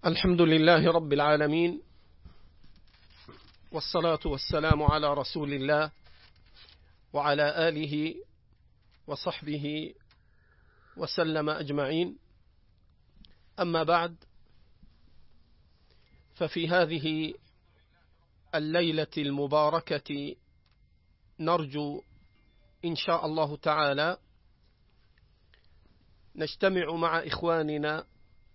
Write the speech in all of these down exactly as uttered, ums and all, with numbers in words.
الحمد لله رب العالمين، والصلاة والسلام على رسول الله وعلى آله وصحبه وسلم أجمعين. أما بعد، ففي هذه الليلة المباركة نرجو إن شاء الله تعالى نجتمع مع إخواننا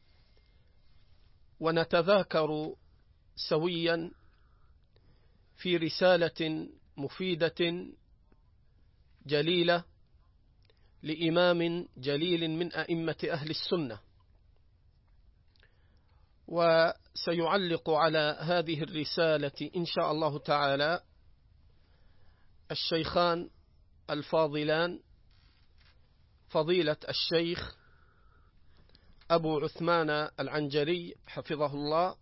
ونتذاكر سويا في رسالة مفيدة جليلة لإمام جليل من أئمة أهل السنة. وسيعلق على هذه الرسالة إن شاء الله تعالى الشيخان الفاضلان فضيلة الشيخ أبو عثمان العنجري حفظه الله،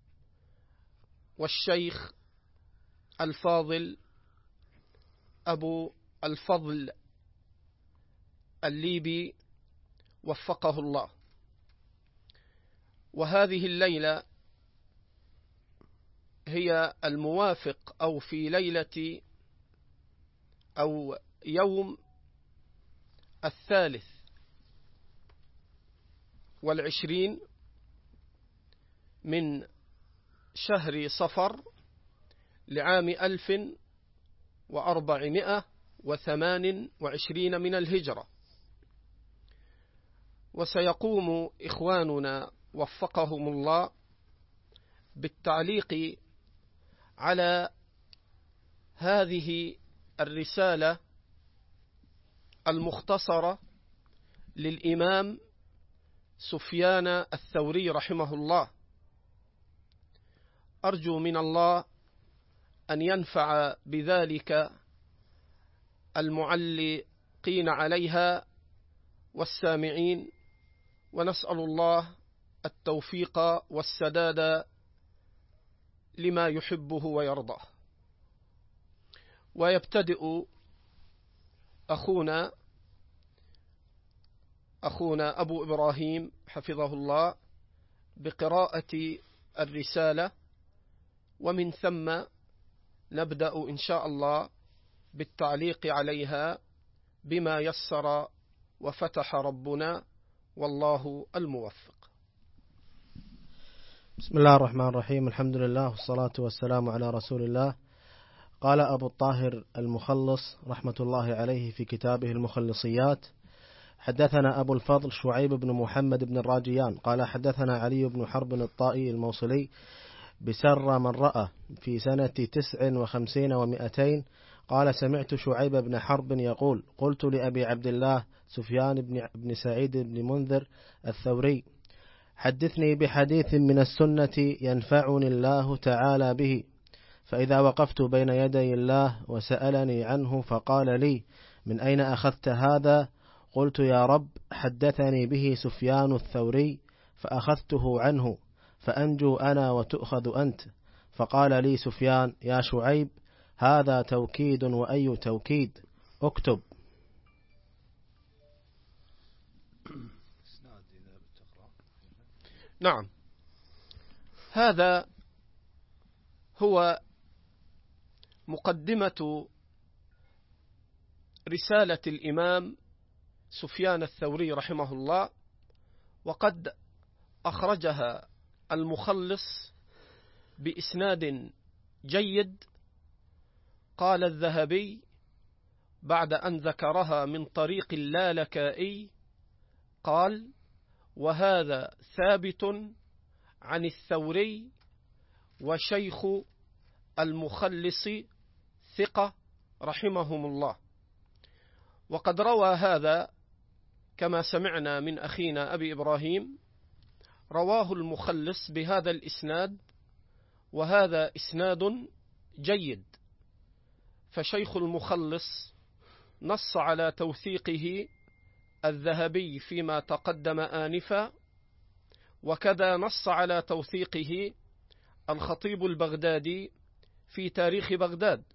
والشيخ الفاضل أبو الفضل الليبي وفقه الله. وهذه الليلة هي الموافق أو في ليلة أو يوم الثالث والعشرين من شهر صفر لعام ألف وأربعمائة وثمان وعشرين من الهجرة. وسيقوم إخواننا وفقهم الله بالتعليق على هذه الرسالة المختصرة للإمام سفيان الثوري رحمه الله. أرجو من الله أن ينفع بذلك المعلقين عليها والسامعين، ونسأل الله التوفيق والسداد لما يحبه ويرضاه. ويبتدئ أخونا أخونا أبو إبراهيم حفظه الله بقراءة الرسالة، ومن ثم نبدأ إن شاء الله بالتعليق عليها بما يسر وفتح ربنا، والله الموفق. بسم الله الرحمن الرحيم. الحمد لله والصلاة والسلام على رسول الله. قال أبو الطاهر المخلص رحمة الله عليه في كتابه المخلصيات: حدثنا أبو الفضل شعيب بن محمد بن الراجيان قال حدثنا علي بن حرب الطائي الموصلي بسر من رأى في سنة تسع وخمسين ومئتين قال: سمعت شعيب بن حرب يقول: قلت لأبي عبد الله سفيان بن, بن سعيد بن منذر الثوري: حدثني بحديث من السنة ينفعني الله تعالى به، فإذا وقفت بين يدي الله وسألني عنه فقال لي: من أين أخذت هذا؟ قلت: يا رب، حدثني به سفيان الثوري فأخذته عنه، فأنجو أنا وتؤخذ أنت. فقال لي سفيان: يا شعيب، هذا توكيد، وأي توكيد؟ اكتب. نعم، هذا هو مقدمة رسالة الإمام سفيان الثوري رحمه الله، وقد أخرجها المخلص بإسناد جيد. قال الذهبي بعد أن ذكرها من طريق اللالكائي قال: وهذا ثابت عن الثوري، وشيخ المخلص ثقة رحمهم الله. وقد روى هذا كما سمعنا من أخينا أبي إبراهيم، رواه المخلص بهذا الإسناد، وهذا إسناد جيد. فشيخ المخلص نص على توثيقه الذهبي فيما تقدم آنفا، وكذا نص على توثيقه الخطيب البغدادي في تاريخ بغداد.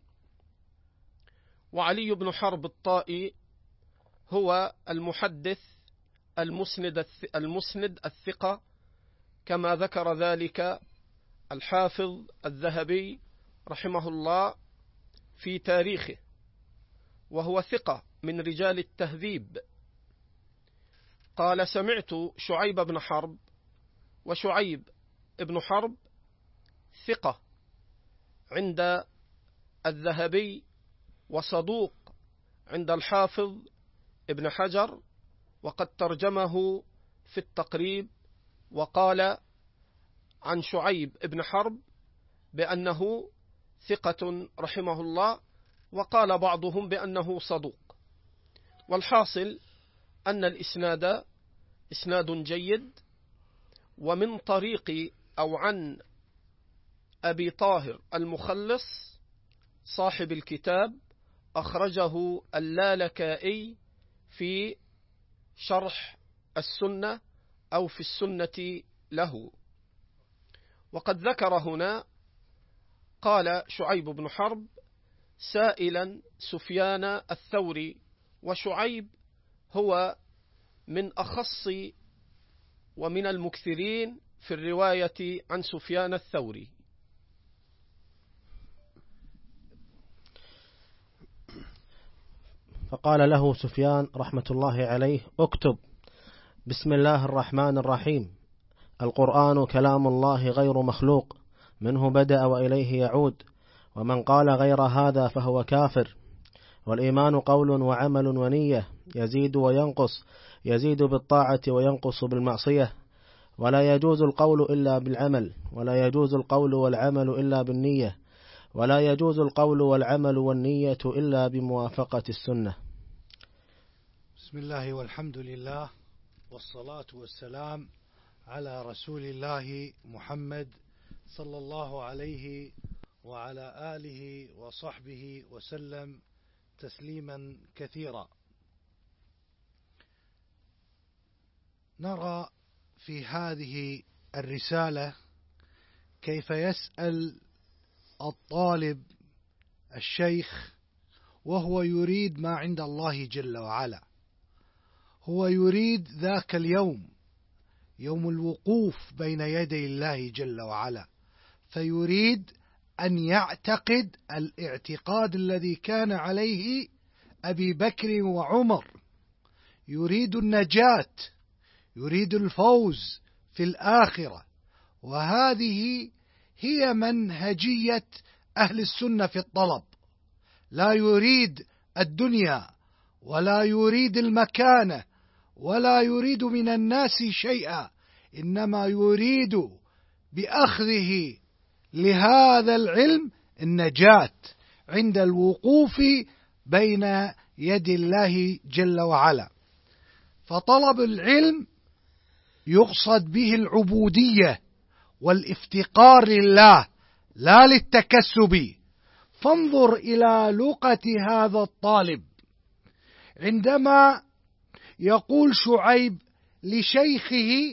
وعلي بن حرب الطائي هو المحدث المسند المسند الثقة كما ذكر ذلك الحافظ الذهبي رحمه الله في تاريخه، وهو ثقة من رجال التهذيب. قال: سمعت شعيب بن حرب، وشعيب بن حرب ثقة عند الذهبي وصدوق عند الحافظ ابن حجر، وقد ترجمه في التقريب وقال عن شعيب بن حرب بأنه ثقة رحمه الله، وقال بعضهم بأنه صدوق. والحاصل أن الإسناد إسناد جيد. ومن طريق أو عن أبي طاهر المخلص صاحب الكتاب، أخرجه اللالكائي في شرح السنة أو في السنة له. وقد ذكر هنا قال شعيب بن حرب سائلا سفيان الثوري، وشعيب هو من أخص ومن المكثرين في الرواية عن سفيان الثوري. فقال له سفيان رحمة الله عليه: اكتب: بسم الله الرحمن الرحيم، القرآن كلام الله غير مخلوق، منه بدأ وإليه يعود، ومن قال غير هذا فهو كافر. والإيمان قول وعمل ونية، يزيد وينقص، يزيد بالطاعة وينقص بالمعصية، ولا يجوز القول إلا بالعمل، ولا يجوز القول والعمل إلا بالنية، ولا يجوز القول والعمل والنية إلا بموافقة السنة. بسم الله والحمد لله، والصلاة والسلام على رسول الله محمد صلى الله عليه وعلى آله وصحبه وسلم تسليما كثيرا. نرى في هذه الرسالة كيف يسأل الطالب الشيخ وهو يريد ما عند الله جل وعلا. هو يريد ذاك اليوم، يوم الوقوف بين يدي الله جل وعلا، فيريد أن يعتقد الاعتقاد الذي كان عليه أبي بكر وعمر. يريد النجاة، يريد الفوز في الآخرة، وهذه هي منهجية أهل السنة في الطلب. لا يريد الدنيا، ولا يريد المكانة، ولا يريد من الناس شيئا، إنما يريد بأخذه لهذا العلم النجاة عند الوقوف بين يد الله جل وعلا. فطلب العلم يقصد به العبودية والافتقار لله، لا للتكسب. فانظر إلى لغة هذا الطالب عندما يقول شعيب لشيخه: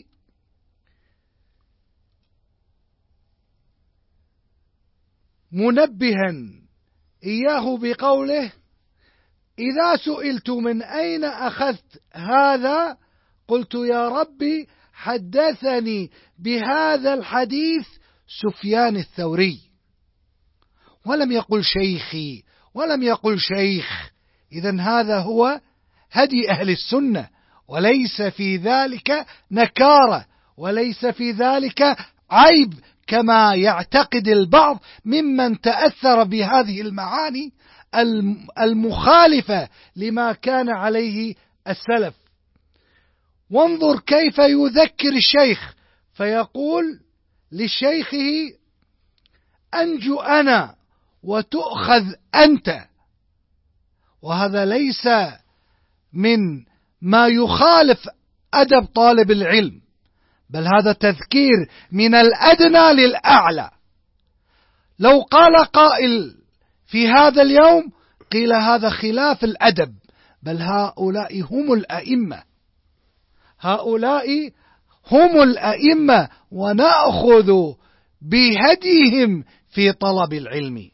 منبها إياه بقوله: إذا سئلت من أين أخذت هذا قلت يا ربي حدثني بهذا الحديث سفيان الثوري. ولم يقل شيخي، ولم يقل شيخ. إذن هذا هو هدي أهل السنة، وليس في ذلك نكارة، وليس في ذلك عيب كما يعتقد البعض ممن تأثر بهذه المعاني المخالفة لما كان عليه السلف. وانظر كيف يذكر الشيخ، فيقول لشيخه: أنجو أنا وتؤخذ أنت. وهذا ليس من ما يخالف أدب طالب العلم، بل هذا تذكير من الأدنى للأعلى. لو قال قائل في هذا اليوم قيل هذا خلاف الأدب، بل هؤلاء هم الأئمة، هؤلاء هم الأئمة، ونأخذ بهديهم في طلب العلم.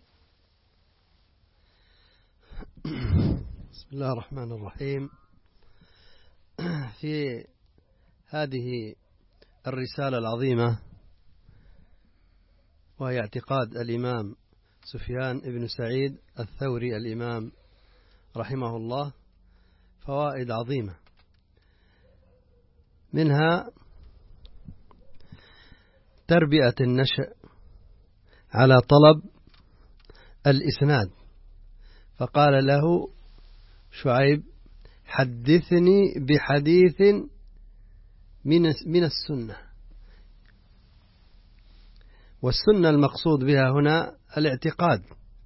بسم الله الرحمن الرحيم. في هذه الرسالة العظيمة، وهي اعتقاد الإمام سفيان بن سعيد الثوري الإمام رحمه الله، فوائد عظيمة، منها تربية النشء على طلب الإسناد، فقال له شعيب: حدثني بحديث من السنة. والسنة المقصود بها هنا الاعتقاد،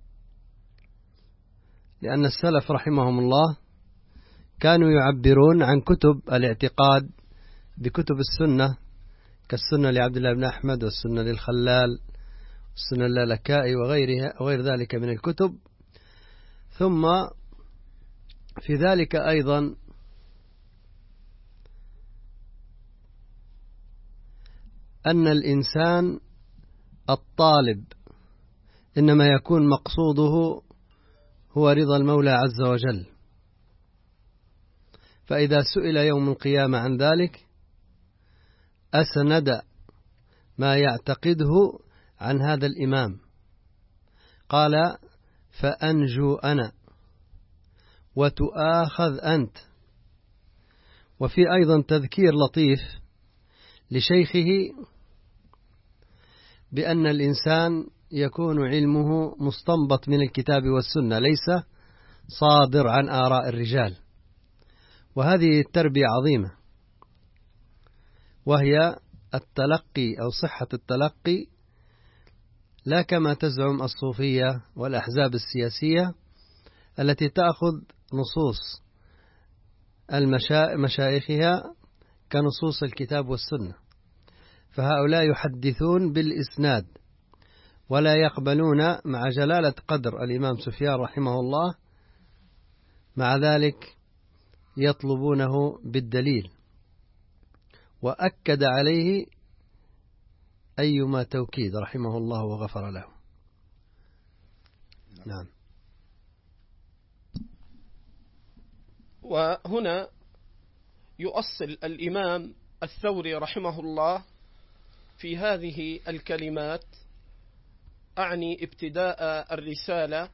لأن السلف رحمهم الله كانوا يعبرون عن كتب الاعتقاد بكتب السنة، كالسنة لعبد الله بن أحمد، والسنة للخلال، والسنة للكائي وغيرها وغير ذلك من الكتب. ثم في ذلك أيضا أن الإنسان الطالب إنما يكون مقصوده هو رضا المولى عز وجل، فإذا سئل يوم القيامة عن ذلك أسند ما يعتقده عن هذا الإمام، قال: فأنجو أنا وتؤاخذ أنت. وفي أيضا تذكير لطيف لشيخه بأن الإنسان يكون علمه مستنبط من الكتاب والسنة، ليس صادر عن آراء الرجال، وهذه التربية عظيمة، وهي التلقي أو صحة التلقي، لا كما تزعم الصوفية والأحزاب السياسية التي تأخذ نصوص مشايخها كنصوص الكتاب والسنة، فهؤلاء يحدثون بالإسناد ولا يقبلون مع جلالة قدر الإمام سفيان رحمه الله، مع ذلك يطلبونه بالدليل، وأكد عليه أيما توكيد رحمه الله وغفر له. نعم. وهنا يؤصل الإمام الثوري رحمه الله في هذه الكلمات، أعني ابتداء الرسالة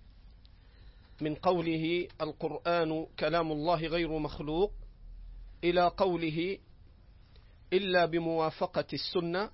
من قوله: القرآن كلام الله غير مخلوق، إلى قوله: إلا بموافقة السنة،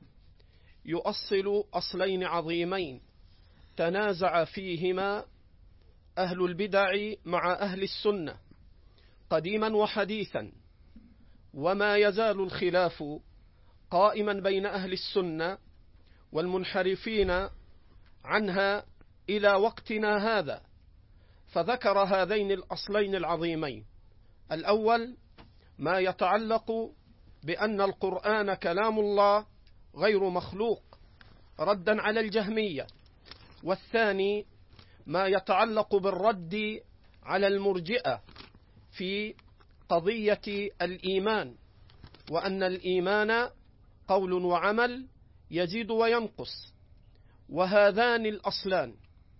يؤصل أصلين عظيمين تنازع فيهما أهل البدع مع أهل السنة قديما وحديثا، وما يزال الخلاف قائما بين أهل السنة والمنحرفين عنها إلى وقتنا هذا. فذكر هذين الأصلين العظيمين: الأول ما يتعلق بأن القرآن كلام الله غير مخلوق ردا على الجهمية، والثاني ما يتعلق بالرد على المرجئة في قضية الإيمان، وأن الإيمان قول وعمل يزيد وينقص. وهذان الأصلان،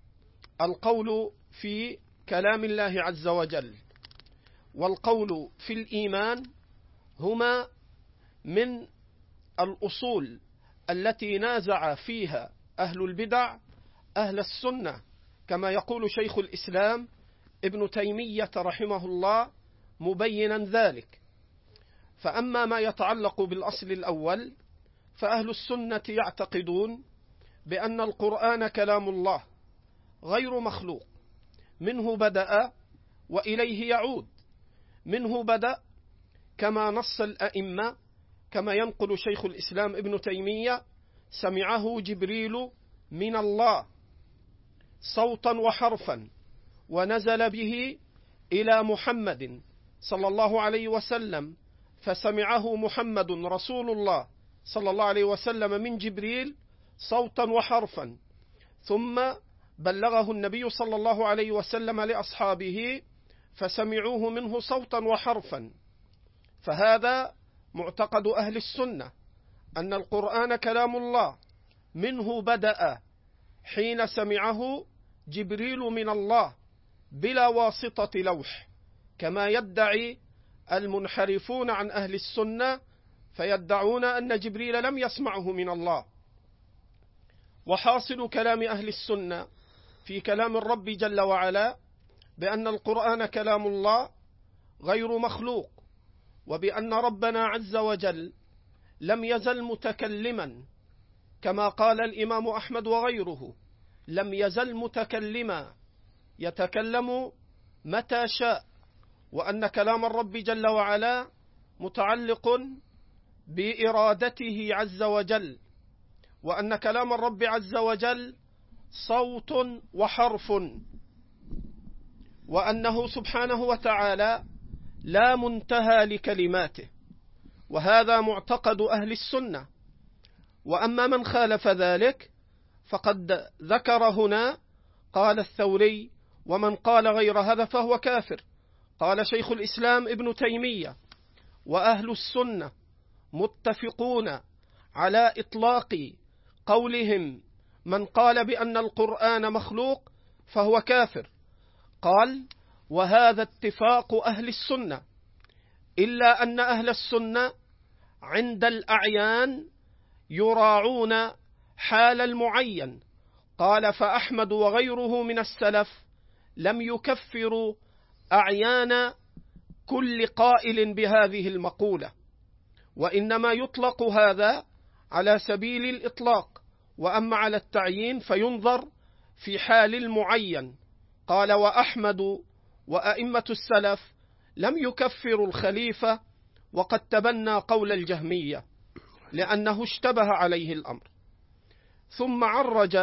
القول في كلام الله عز وجل والقول في الإيمان، هما من الأصول التي نازع فيها أهل البدع أهل السنة، كما يقول شيخ الإسلام ابن تيمية رحمه الله مبينا ذلك. فأما ما يتعلق بالأصل الأول، فأهل السنة يعتقدون بأن القرآن كلام الله غير مخلوق، منه بدأ وإليه يعود، منه بدأ كما نص الأئمة، كما ينقل شيخ الإسلام ابن تيمية: سمعه جبريل من الله صوتا وحرفا، ونزل به إلى محمد صلى الله عليه وسلم، فسمعه محمد رسول الله صلى الله عليه وسلم من جبريل صوتا وحرفا، ثم بلغه النبي صلى الله عليه وسلم لأصحابه فسمعوه منه صوتا وحرفا. فهذا معتقد أهل السنة، أن القرآن كلام الله، منه بدأ حين سمعه جبريل من الله بلا واسطة لوح، كما يدعي المنحرفون عن أهل السنة فيدعون أن جبريل لم يسمعه من الله. وحاصل كلام أهل السنة في كلام الرب جل وعلا بأن القرآن كلام الله غير مخلوق، وبأن ربنا عز وجل لم يزل متكلما، كما قال الإمام أحمد وغيره: لم يزل متكلما يتكلم متى شاء، وأن كلام الرب جل وعلا متعلق بإرادته عز وجل، وأن كلام الرب عز وجل صوت وحرف، وأنه سبحانه وتعالى لا منتهى لكلماته، وهذا معتقد أهل السنة. وأما من خالف ذلك فقد ذكر هنا، قال الثوري: ومن قال غير هذا فهو كافر. قال شيخ الإسلام ابن تيمية: وأهل السنة متفقون على إطلاق قولهم من قال بأن القرآن مخلوق فهو كافر. قال: وهذا اتفاق أهل السنة، إلا أن أهل السنة عند الأعيان يراعون حال المعين. قال: فأحمد وغيره من السلف لم يكفروا أعيان كل قائل بهذه المقولة، وإنما يطلق هذا على سبيل الإطلاق، وأما على التعيين فينظر في حال المعين. قال: وأحمد وأئمة السلف لم يكفروا الخليفة، وقد تبنى قول الجهمية لأنه اشتبه عليه الأمر. ثم عرج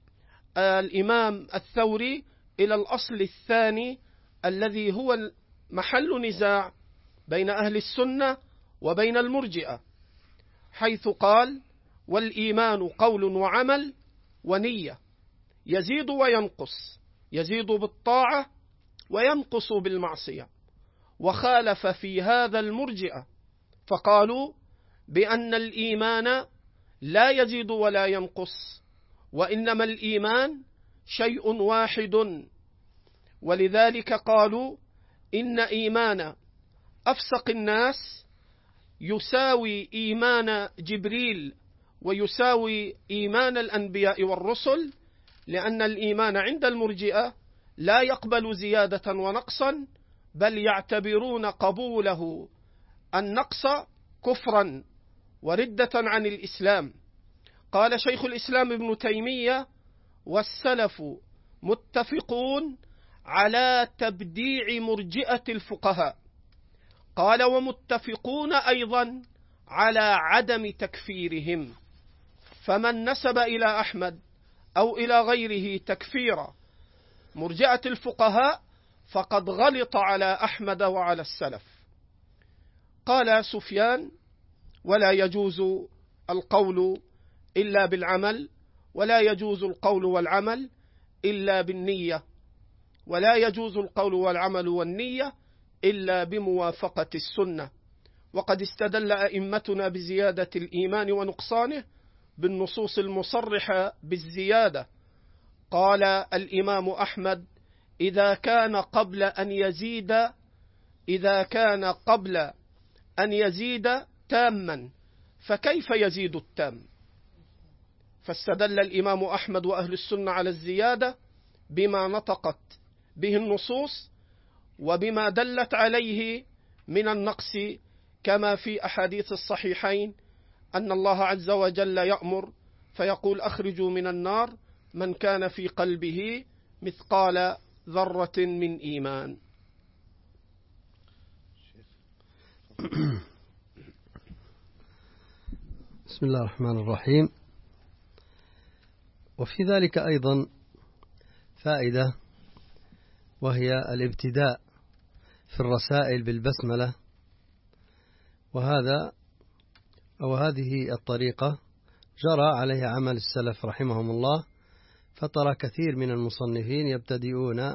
الإمام الثوري إلى الأصل الثاني الذي هو محل نزاع بين أهل السنة وبين المرجئة، حيث قال: والإيمان قول وعمل ونية، يزيد وينقص، يزيد بالطاعة وينقص بالمعصية. وخالف في هذا المرجئة فقالوا بأن الإيمان لا يزيد ولا ينقص، وإنما الإيمان شيء واحد. ولذلك قالوا إن إيمان أفسق الناس يساوي إيمان جبريل ويساوي إيمان الأنبياء والرسل، لأن الإيمان عند المرجئة لا يقبل زيادة ونقصا، بل يعتبرون قبوله النقص كفرا وردة عن الإسلام. قال شيخ الإسلام ابن تيمية: والسلف متفقون على تبديع مرجئة الفقهاء. قال: ومتفقون أيضا على عدم تكفيرهم، فمن نسب إلى أحمد أو إلى غيره تكفير مرجئة الفقهاء فقد غلط على أحمد وعلى السلف. قال سفيان: ولا يجوز القول إلا بالعمل، ولا يجوز القول والعمل إلا بالنية، ولا يجوز القول والعمل والنية إلا بموافقة السنة. وقد استدل أئمتنا بزيادة الإيمان ونقصانه بالنصوص المصرحة بالزيادة. قال الإمام أحمد: إذا كان قبل أن يزيد إذا كان قبل أن يزيد تاما فكيف يزيد التام؟ فاستدل الإمام أحمد وأهل السنة على الزيادة بما نطقت به النصوص وبما دلت عليه من النقص، كما في أحاديث الصحيحين أن الله عز وجل يأمر فيقول: أخرجوا من النار من كان في قلبه مثقال ذرة من إيمان. بسم الله الرحمن الرحيم. وفي ذلك أيضا فائدة، وهي الابتداء في الرسائل بالبسملة، وهذا أو هذه الطريقة جرى عليها عمل السلف رحمهم الله، فترى كثير من المصنفين يبتدئون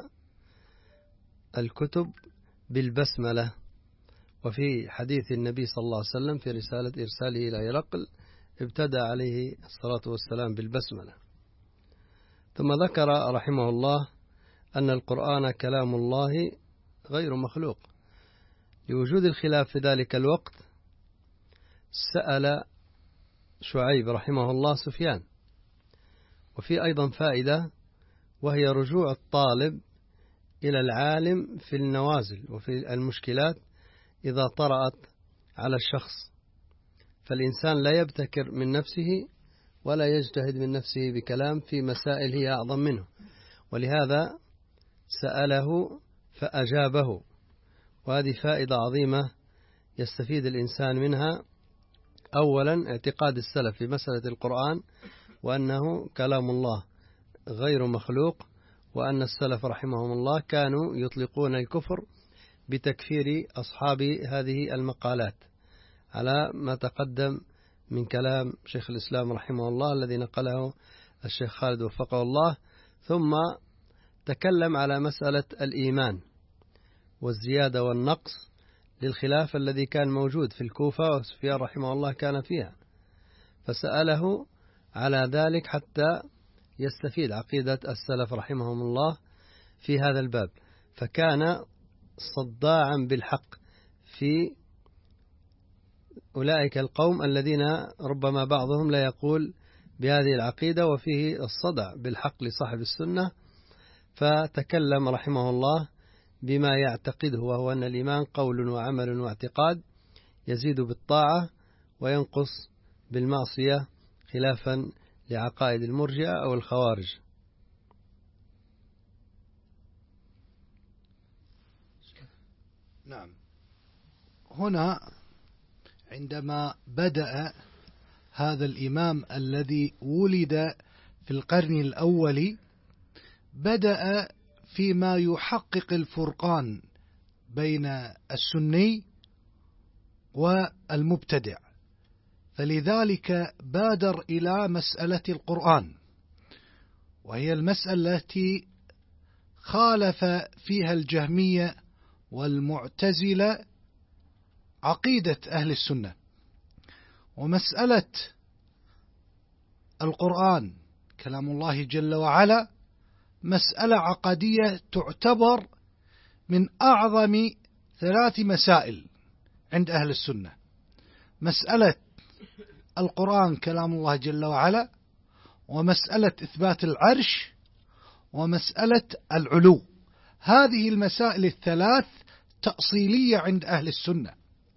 الكتب بالبسملة. وفي حديث النبي صلى الله عليه وسلم في رسالة إرساله إلى هرقل ابتدأ عليه الصلاة والسلام بالبسملة. ثم ذكر رحمه الله أن القرآن كلام الله غير مخلوق، لوجود الخلاف في ذلك الوقت سأل شعيب رحمه الله سفيان. وفي أيضا فائدة، وهي رجوع الطالب إلى العالم في النوازل وفي المشكلات إذا طرأت على الشخص، فالإنسان لا يبتكر من نفسه ولا يجتهد من نفسه بكلام في مسائل هي أعظم منه، ولهذا سأله فأجابه. وهذه فائدة عظيمة يستفيد الإنسان منها. أولا اعتقاد السلف في مسألة القرآن وأنه كلام الله غير مخلوق، وأن السلف رحمهم الله كانوا يطلقون الكفر بتكفير أصحاب هذه المقالات على ما تقدم من كلام شيخ الإسلام رحمه الله الذي نقله الشيخ خالد وفقه الله. ثم تكلم على مسألة الإيمان والزيادة والنقص للخلاف الذي كان موجود في الكوفة وسفيان رحمه الله كان فيها، فسأله على ذلك حتى يستفيد عقيدة السلف رحمهم الله في هذا الباب، فكان صداعا بالحق في أولئك القوم الذين ربما بعضهم لا يقول بهذه العقيدة، وفيه الصدع بالحق لصاحب السنة. فتكلم رحمه الله بما يعتقده، وهو أن الإيمان قول وعمل واعتقاد يزيد بالطاعة وينقص بالمعصية، خلافا لعقائد المرجئة أو الخوارج. نعم. هنا عندما بدأ هذا الإمام الذي ولد في القرن الأول، بدأ فيما يحقق الفرقان بين السني والمبتدع، فلذلك بادر إلى مسألة القرآن، وهي المسألة التي خالف فيها الجهمية والمعتزلة عقيدة أهل السنة. ومسألة القرآن كلام الله جل وعلا مسألة عقدية تعتبر من أعظم ثلاث مسائل عند أهل السنة: مسألة القرآن كلام الله جل وعلا، ومسألة إثبات العرش، ومسألة العلو. هذه المسائل الثلاث تأصيلية عند أهل السنة،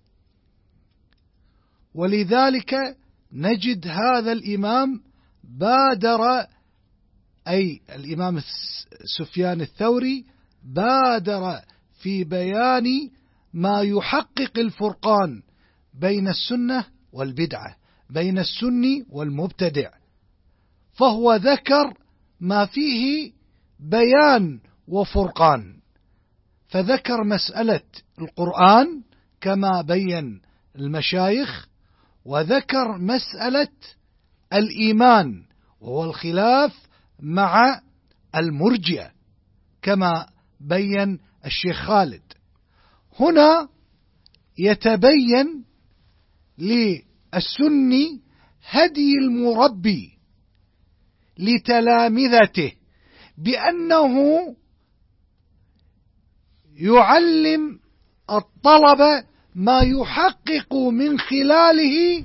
ولذلك نجد هذا الإمام بادر، أي الإمام سفيان الثوري بادر في بيان ما يحقق الفرقان بين السنة والبدعة، بين السني والمبتدع، فهو ذكر ما فيه بيان وفرقان، فذكر مسألة القرآن كما بين المشايخ، وذكر مسألة الإيمان وهو الخلاف مع المرجئة كما بين الشيخ خالد. هنا يتبين للسني هدي المربي لتلامذته بأنه يعلم الطلبة ما يحقق من خلاله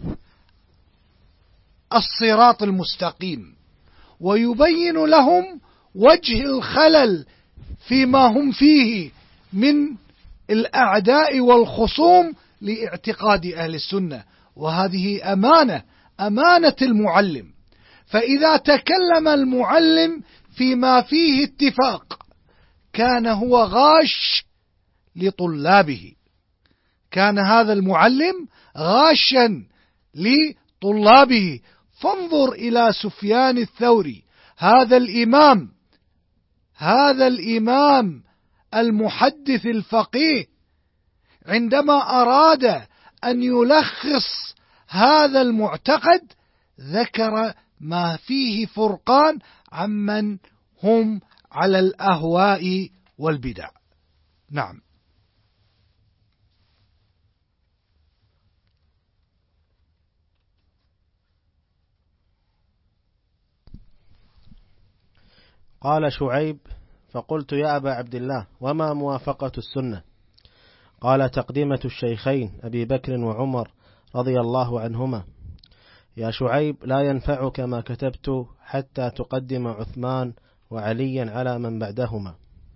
الصراط المستقيم، ويبين لهم وجه الخلل فيما هم فيه من الأعداء والخصوم لاعتقاد أهل السنة. وهذه أمانة، أمانة المعلم. فإذا تكلم المعلم فيما فيه اتفاق كان هو غاش لطلابه، كان هذا المعلم غاشا لطلابه. فانظر إلى سفيان الثوري، هذا الإمام، هذا الإمام المحدث الفقيه، عندما أراد أن يلخص هذا المعتقد ذكر ما فيه فرقان عمن هم على الأهواء والبدع. نعم. قال شعيب: فقلت يا أبا عبد الله وما موافقة السنة؟ قال: تقدمة الشيخين أبي بكر وعمر رضي الله عنهما: يا شعيب لا ينفعك ما كتبت حتى تقدم عثمان وعليا على من بعدهما.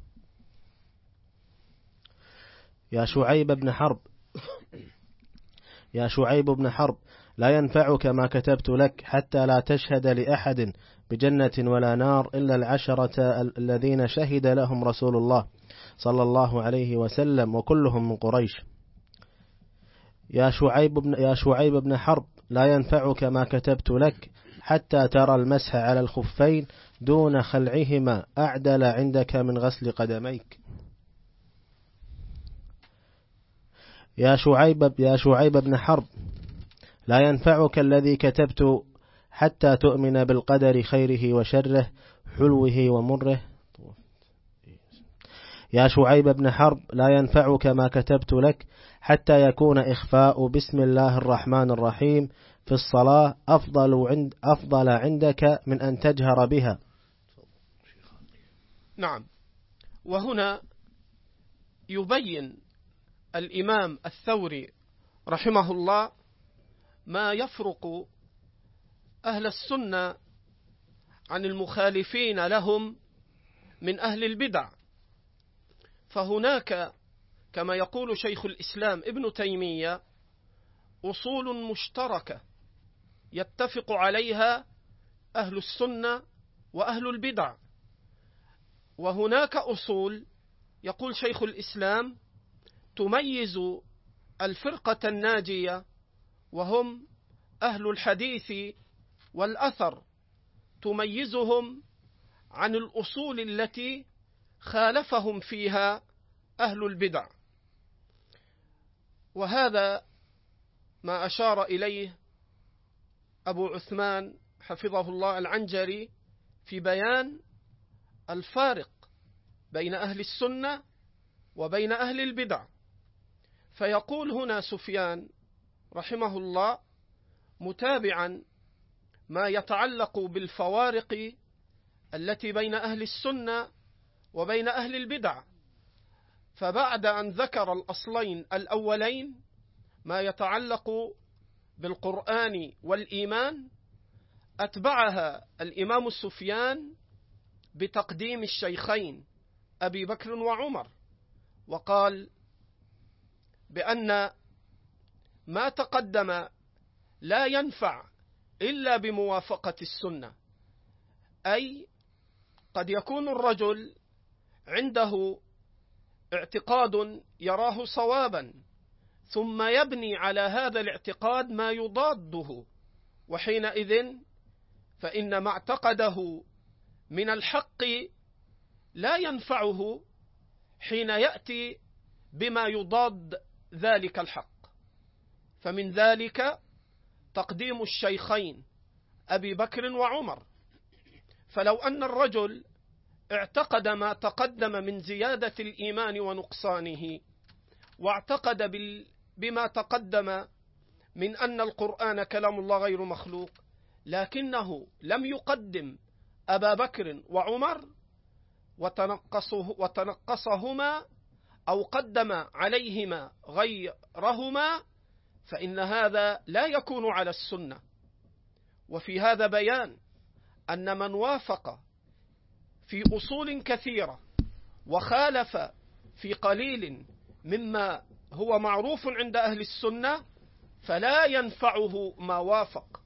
يا شعيب بن حرب يا شعيب بن حرب لا ينفعك ما كتبت لك حتى لا تشهد لأحد بجنة ولا نار إلا العشرة الذين شهد لهم رسول الله صلى الله عليه وسلم وكلهم من قريش. يا شعيب بن, يا شعيب بن حرب لا ينفعك ما كتبت لك حتى ترى المسح على الخفين دون خلعهما أعدل عندك من غسل قدميك. يا شعيب يا شعيب بن حرب لا ينفعك الذي كتبت حتى تؤمن بالقدر خيره وشره حلوه ومره. يا شعيب بن حرب لا ينفعك ما كتبت لك حتى يكون إخفاء بسم الله الرحمن الرحيم في الصلاة أفضل عند أفضل عندك من أن تجهر بها. نعم. وهنا يبين الإمام الثوري رحمه الله ما يفرق أهل السنة عن المخالفين لهم من أهل البدع. فهناك كما يقول شيخ الإسلام ابن تيمية أصول مشتركة يتفق عليها أهل السنة وأهل البدع، وهناك أصول يقول شيخ الإسلام تميز الفرقة الناجية وهم أهل الحديث والأثر، تميزهم عن الأصول التي خالفهم فيها أهل البدع. وهذا ما أشار إليه أبو عثمان حفظه الله العنجري في بيان الفارق بين أهل السنة وبين أهل البدع. فيقول هنا سفيان رحمه الله متابعا ما يتعلق بالفوارق التي بين أهل السنة وبين أهل البدع، فبعد أن ذكر الأصلين الأولين ما يتعلق بالقرآن والإيمان أتبعها الإمام السفيان بتقديم الشيخين أبي بكر وعمر، وقال بأن ما تقدم لا ينفع إلا بموافقة السنة، أي قد يكون الرجل عنده اعتقاد يراه صوابا ثم يبني على هذا الاعتقاد ما يضاده، وحينئذ فإن ما اعتقده من الحق لا ينفعه حين يأتي بما يضاد ذلك الحق. فمن ذلك تقديم الشيخين أبي بكر وعمر. فلو أن الرجل اعتقد ما تقدم من زيادة الإيمان ونقصانه واعتقد بما تقدم من أن القرآن كلام الله غير مخلوق، لكنه لم يقدم أبا بكر وعمر وتنقصه وتنقصهما أو قدم عليهما غيرهما، فإن هذا لا يكون على السنة. وفي هذا بيان أن من وافق في أصول كثيرة وخالف في قليل مما هو معروف عند أهل السنة فلا ينفعه ما وافق.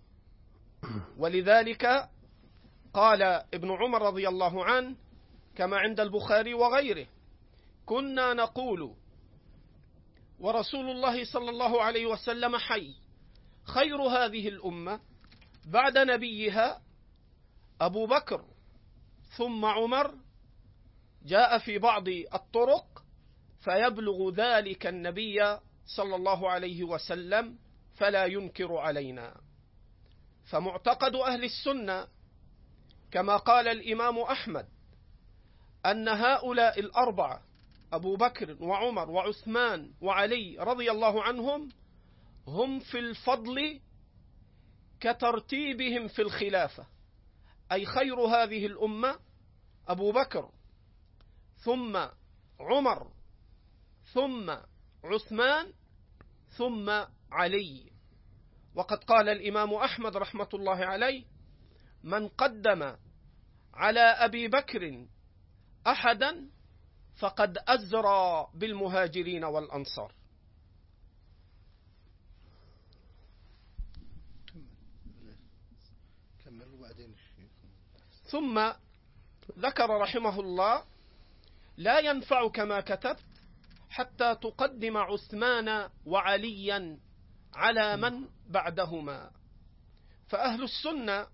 ولذلك قال ابن عمر رضي الله عنه كما عند البخاري وغيره: كنا نقول ورسول الله صلى الله عليه وسلم حي، خير هذه الأمة بعد نبيها أبو بكر ثم عمر. جاء في بعض الطرق فيبلغ ذلك النبي صلى الله عليه وسلم فلا ينكر علينا. فمعتقد أهل السنة كما قال الإمام أحمد أن هؤلاء الأربعة أبو بكر وعمر وعثمان وعلي رضي الله عنهم هم في الفضل كترتيبهم في الخلافة، أي خير هذه الأمة أبو بكر ثم عمر ثم عثمان ثم علي وقد قال الإمام أحمد رحمة الله عليه: من قدم على أبي بكر أحدا فقد أزرى بالمهاجرين والأنصار. ثم ذكر رحمه الله: لا ينفعك ما كتبت حتى تقدم عثمان وعليا على من بعدهما. فأهل السنة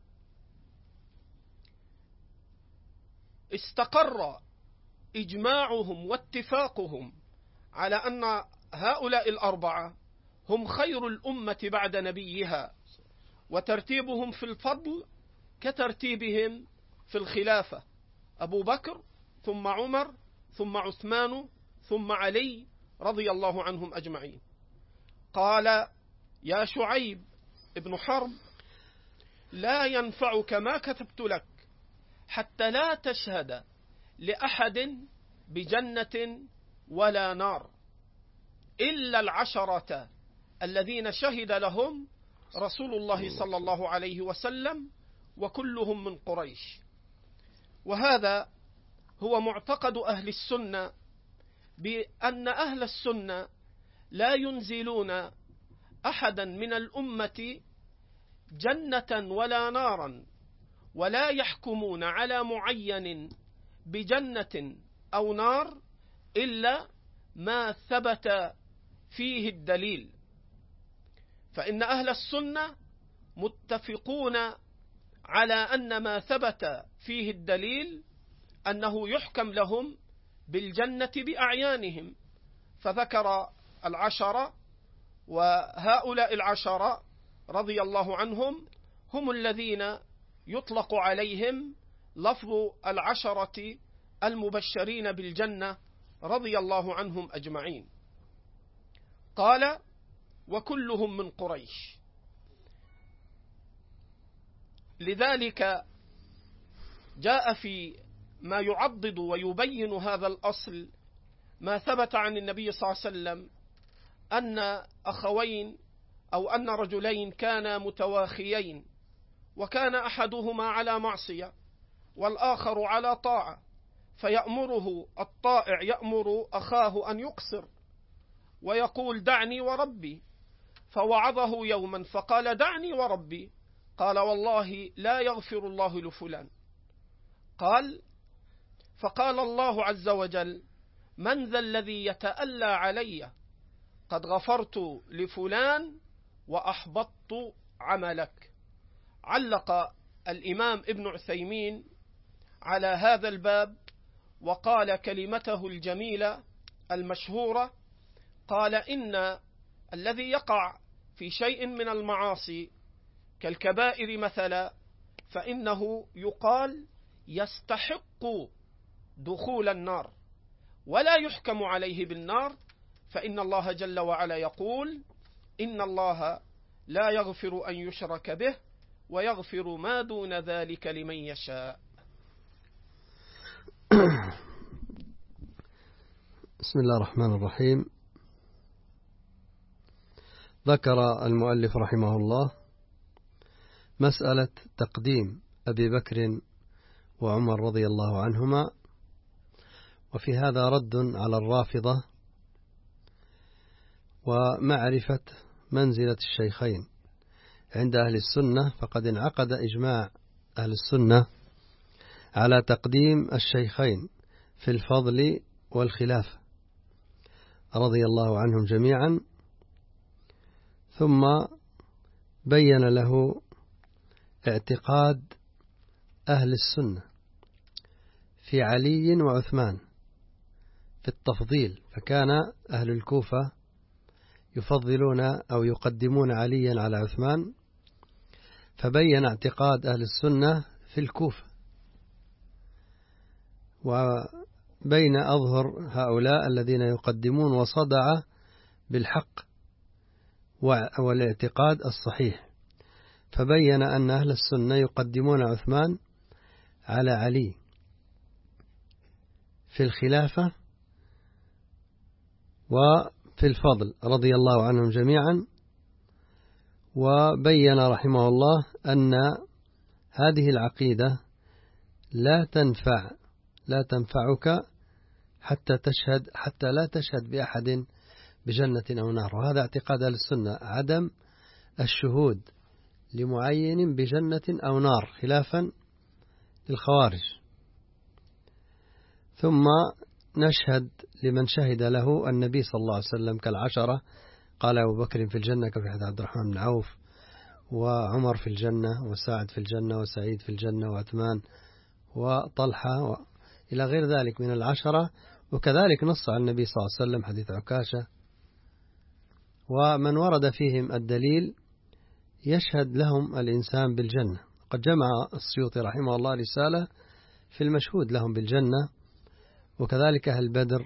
استقر إجماعهم واتفاقهم على أن هؤلاء الأربعة هم خير الأمة بعد نبيها، وترتيبهم في الفضل كترتيبهم في الخلافة: أبو بكر ثم عمر ثم عثمان ثم علي رضي الله عنهم أجمعين. قال: يا شعيب ابن حرب: لا ينفعك ما كتبت لك حتى لا تشهد لأحد بجنة ولا نار إلا العشرة الذين شهد لهم رسول الله صلى الله عليه وسلم، وكلهم من قريش. وهذا هو معتقد أهل السنة، بأن أهل السنة لا ينزلون أحدا من الأمة جنة ولا نارا، ولا يحكمون على معين بجنة أو نار إلا ما ثبت فيه الدليل. فإن أهل السنة متفقون على أن ما ثبت فيه الدليل أنه يحكم لهم بالجنة بأعيانهم، فذكر العشرة، وهؤلاء العشرة رضي الله عنهم هم الذين يطلق عليهم لفظ العشرة المبشرين بالجنة رضي الله عنهم أجمعين. قال: وكلهم من قريش. لذلك جاء في ما يعضد ويبين هذا الأصل ما ثبت عن النبي صلى الله عليه وسلم أن أخوين أو أن رجلين كانا متواخيين، وكان أحدهما على معصية والآخر على طاعة، فيأمره الطائع يأمر أخاه أن يقصر ويقول: دعني وربي. فوعظه يوما فقال: دعني وربي. قال: والله لا يغفر الله لفلان. قال: فقال الله عز وجل: من ذا الذي يتألى علي؟ قد غفرت لفلان وأحبطت عملك. علق الإمام ابن عثيمين على هذا الباب وقال كلمته الجميلة المشهورة، قال: إن الذي يقع في شيء من المعاصي كالكبائر مثلا فإنه يقال يستحق دخول النار ولا يحكم عليه بالنار، فإن الله جل وعلا يقول: إن الله لا يغفر أن يشرك به ويغفر ما دون ذلك لمن يشاء. بسم الله الرحمن الرحيم. ذكر المؤلف رحمه الله مسألة تقديم أبي بكر وعمر رضي الله عنهما، وفي هذا رد على الرافضة ومعرفة منزلة الشيخين عند أهل السنة. فقد انعقد إجماع أهل السنة على تقديم الشيخين في الفضل والخلافة رضي الله عنهم جميعا، ثم بين له اعتقاد أهل السنة في علي وعثمان في التفضيل، فكان أهل الكوفة يفضلون أو يقدمون عليا على عثمان، فبين اعتقاد أهل السنة في الكوفة، وبين أظهر هؤلاء الذين يقدمون وصدع بالحق والاعتقاد الصحيح، فبين أن أهل السنة يقدمون عثمان على علي في الخلافة وفي الفضل رضي الله عنهم جميعا، وبين رحمه الله أن هذه العقيدة لا تنفع لا تنفعك حتى تشهد حتى لا تشهد بأحد بجنة أو نار. وهذا اعتقاد أهل السنة، عدم الشهود لمعين بجنة أو نار خلافا للخوارج. ثم نشهد لمن شهد له النبي صلى الله عليه وسلم كالعشرة، قال أبو بكر في الجنة كفي حديث عبد الرحمن بن عوف، وعمر في الجنة، وسعد في الجنة، وسعيد في الجنة، وعثمان وطلحة و... إلى غير ذلك من العشرة. وكذلك نص على النبي صلى الله عليه وسلم حديث عكاشة. ومن ورد فيهم الدليل يشهد لهم الإنسان بالجنة. قد جمع السيوطي رحمه الله رسالة في المشهود لهم بالجنة، وكذلك أهل بدر.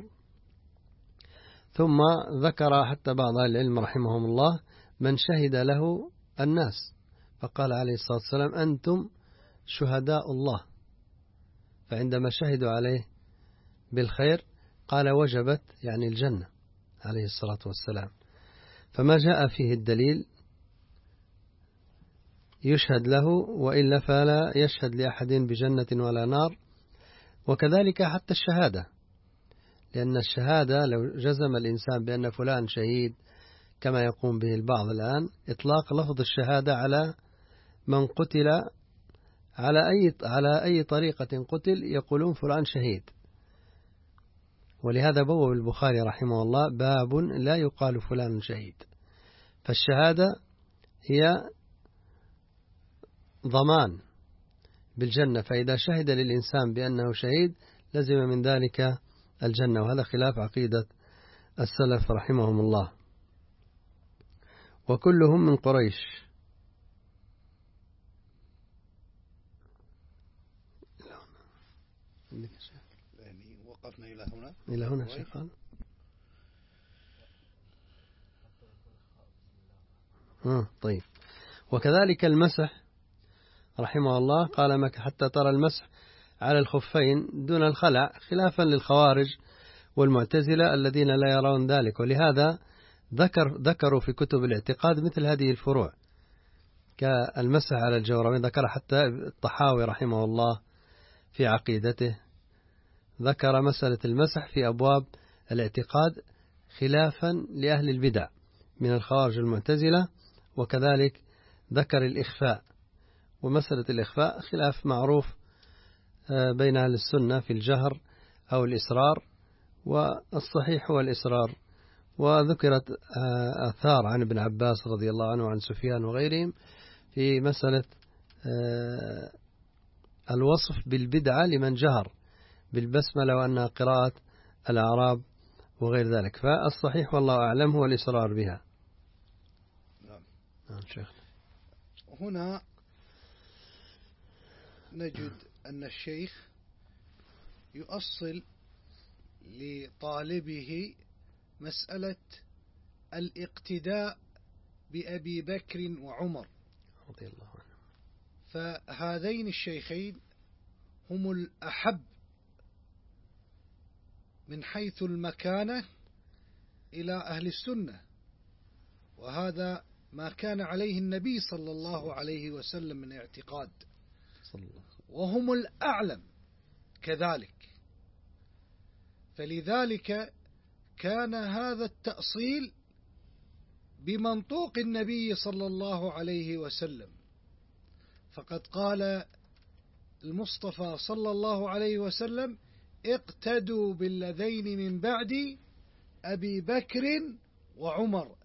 ثم ذكر حتى بعض أهل العلم رحمهم الله من شهد له الناس، فقال عليه الصلاة والسلام أنتم شهداء الله. فعندما شهدوا عليه بالخير قال وجبت يعني الجنة عليه الصلاة والسلام. فما جاء فيه الدليل يشهد له، وإلا فلا يشهد لأحد بجنة ولا نار. وكذلك حتى الشهادة، لأن الشهادة لو جزم الإنسان بأن فلان شهيد كما يقوم به البعض الآن، إطلاق لفظ الشهادة على من قتل على أي على أي طريقة قتل يقولون فلان شهيد. ولهذا بوب البخاري رحمه الله باب لا يقال فلان شهيد. فالشهادة هي ضمان بالجنة، فإذا شهد للإنسان بأنه شهيد لزم من ذلك الجنة، وهذا خلاف عقيدة السلف رحمهم الله، وكلهم من قريش. يعني وقفنا إلى هنا إلى هنا شيخان. آه طيب. وكذلك المسح رحمه الله قال مك حتى ترى المسح على الخفين دون الخلع، خلافا للخوارج والمعتزلة الذين لا يرون ذلك. ولهذا ذكر ذكروا في كتب الاعتقاد مثل هذه الفروع كالمسح على الجوربين. ذكر حتى الطحاوي رحمه الله في عقيدته، ذكر مسألة المسح في أبواب الاعتقاد خلافا لأهل البدع من الخوارج المعتزلة. وكذلك ذكر الإخفاء، ومسألة الإخفاء خلاف معروف بين أهل السنة في الجهر أو الإسرار، والصحيح هو الإسرار. وذكرت آثار عن ابن عباس رضي الله عنه وعن سفيان وغيرهم في مسألة الوصف بالبدعة لمن جهر بالبسملة وأنها قراءة الأعراب وغير ذلك. فالصحيح والله أعلم هو الإصرار بها. نعم. هنا نجد أن الشيخ يؤصل لطالبه مسألة الاقتداء بأبي بكر وعمر رضي الله عنه. فهذين الشيخين هم الأحب من حيث المكانة إلى أهل السنة، وهذا ما كان عليه النبي صلى الله عليه وسلم من اعتقاد، وهم الأعلم كذلك. فلذلك كان هذا التأصيل بمنطوق النبي صلى الله عليه وسلم، فقد قال المصطفى صلى الله عليه وسلم اقتدوا بالذين من بعد أبي بكر وعمر.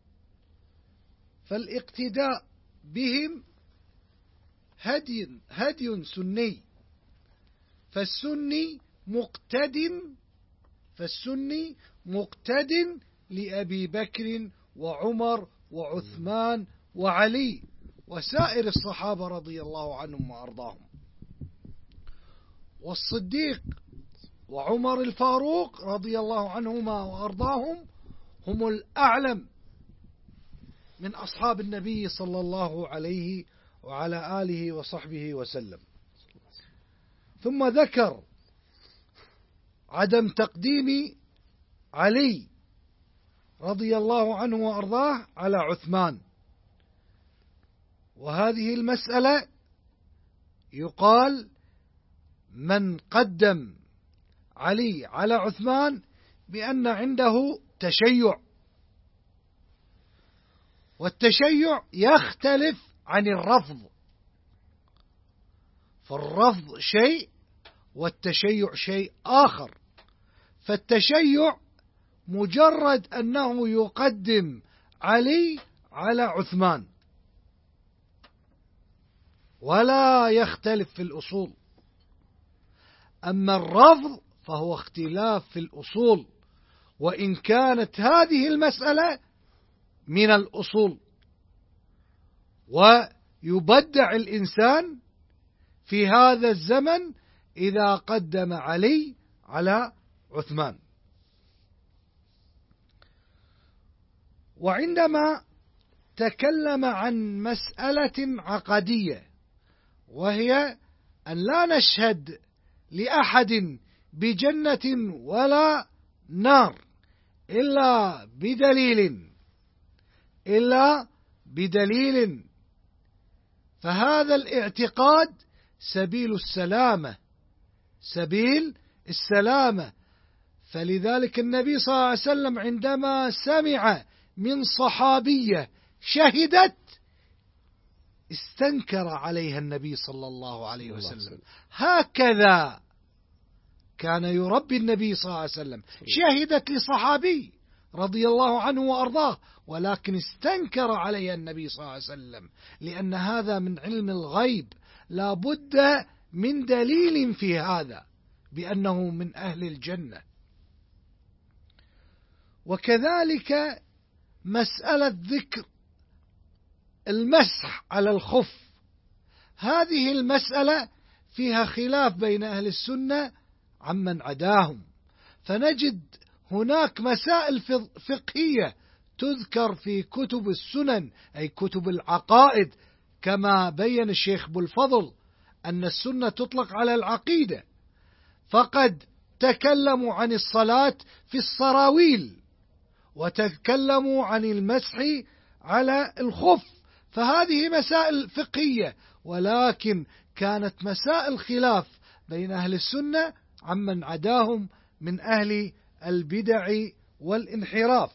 فالاقتداء بهم هدي هدي سني، فالسني مقتد فالسني مقتد لأبي بكر وعمر وعثمان وعلي وسائر الصحابة رضي الله عنهم وأرضاهم. والصديق وعمر الفاروق رضي الله عنهما وأرضاهم هم الأعلم من أصحاب النبي صلى الله عليه وعلى آله وصحبه وسلم. ثم ذكر عدم تقديم علي رضي الله عنه وأرضاه على عثمان، وهذه المسألة يقال من قدم علي على عثمان بأن عنده تشيع، والتشيع يختلف عن الرفض، فالرفض شيء والتشيع شيء آخر. فالتشيع مجرد أنه يقدم علي على عثمان ولا يختلف في الأصول. أما الرفض فهو اختلاف في الأصول، وإن كانت هذه المسألة من الأصول، ويبدع الإنسان في هذا الزمن إذا قدم علي على عثمان. وعندما تكلم عن مسألة عقدية، وهي أن لا نشهد لأحد بجنة ولا نار إلا بدليل إلا بدليل فهذا الاعتقاد سبيل السلامة سبيل السلامة. فلذلك النبي صلى الله عليه وسلم عندما سمع من صحابية شهدت استنكر عليها النبي صلى الله عليه وسلم. هكذا كان يربي النبي صلى الله عليه وسلم. شهدت لصحابي رضي الله عنه وأرضاه، ولكن استنكر عليها النبي صلى الله عليه وسلم، لأن هذا من علم الغيب، لا بد من دليل في هذا بأنه من أهل الجنة. وكذلك مسألة ذكر المسح على الخف، هذه المسألة فيها خلاف بين أهل السنة عمن عداهم، فنجد هناك مسائل فقهية تذكر في كتب السنن أي كتب العقائد، كما بين الشيخ أبو الفضل أن السنة تطلق على العقيدة، فقد تكلموا عن الصلاة في السراويل وتكلموا عن المسح على الخف، فهذه مسائل فقهية، ولكن كانت مسائل خلاف بين أهل السنة عمن عداهم من أهل البدع والانحراف.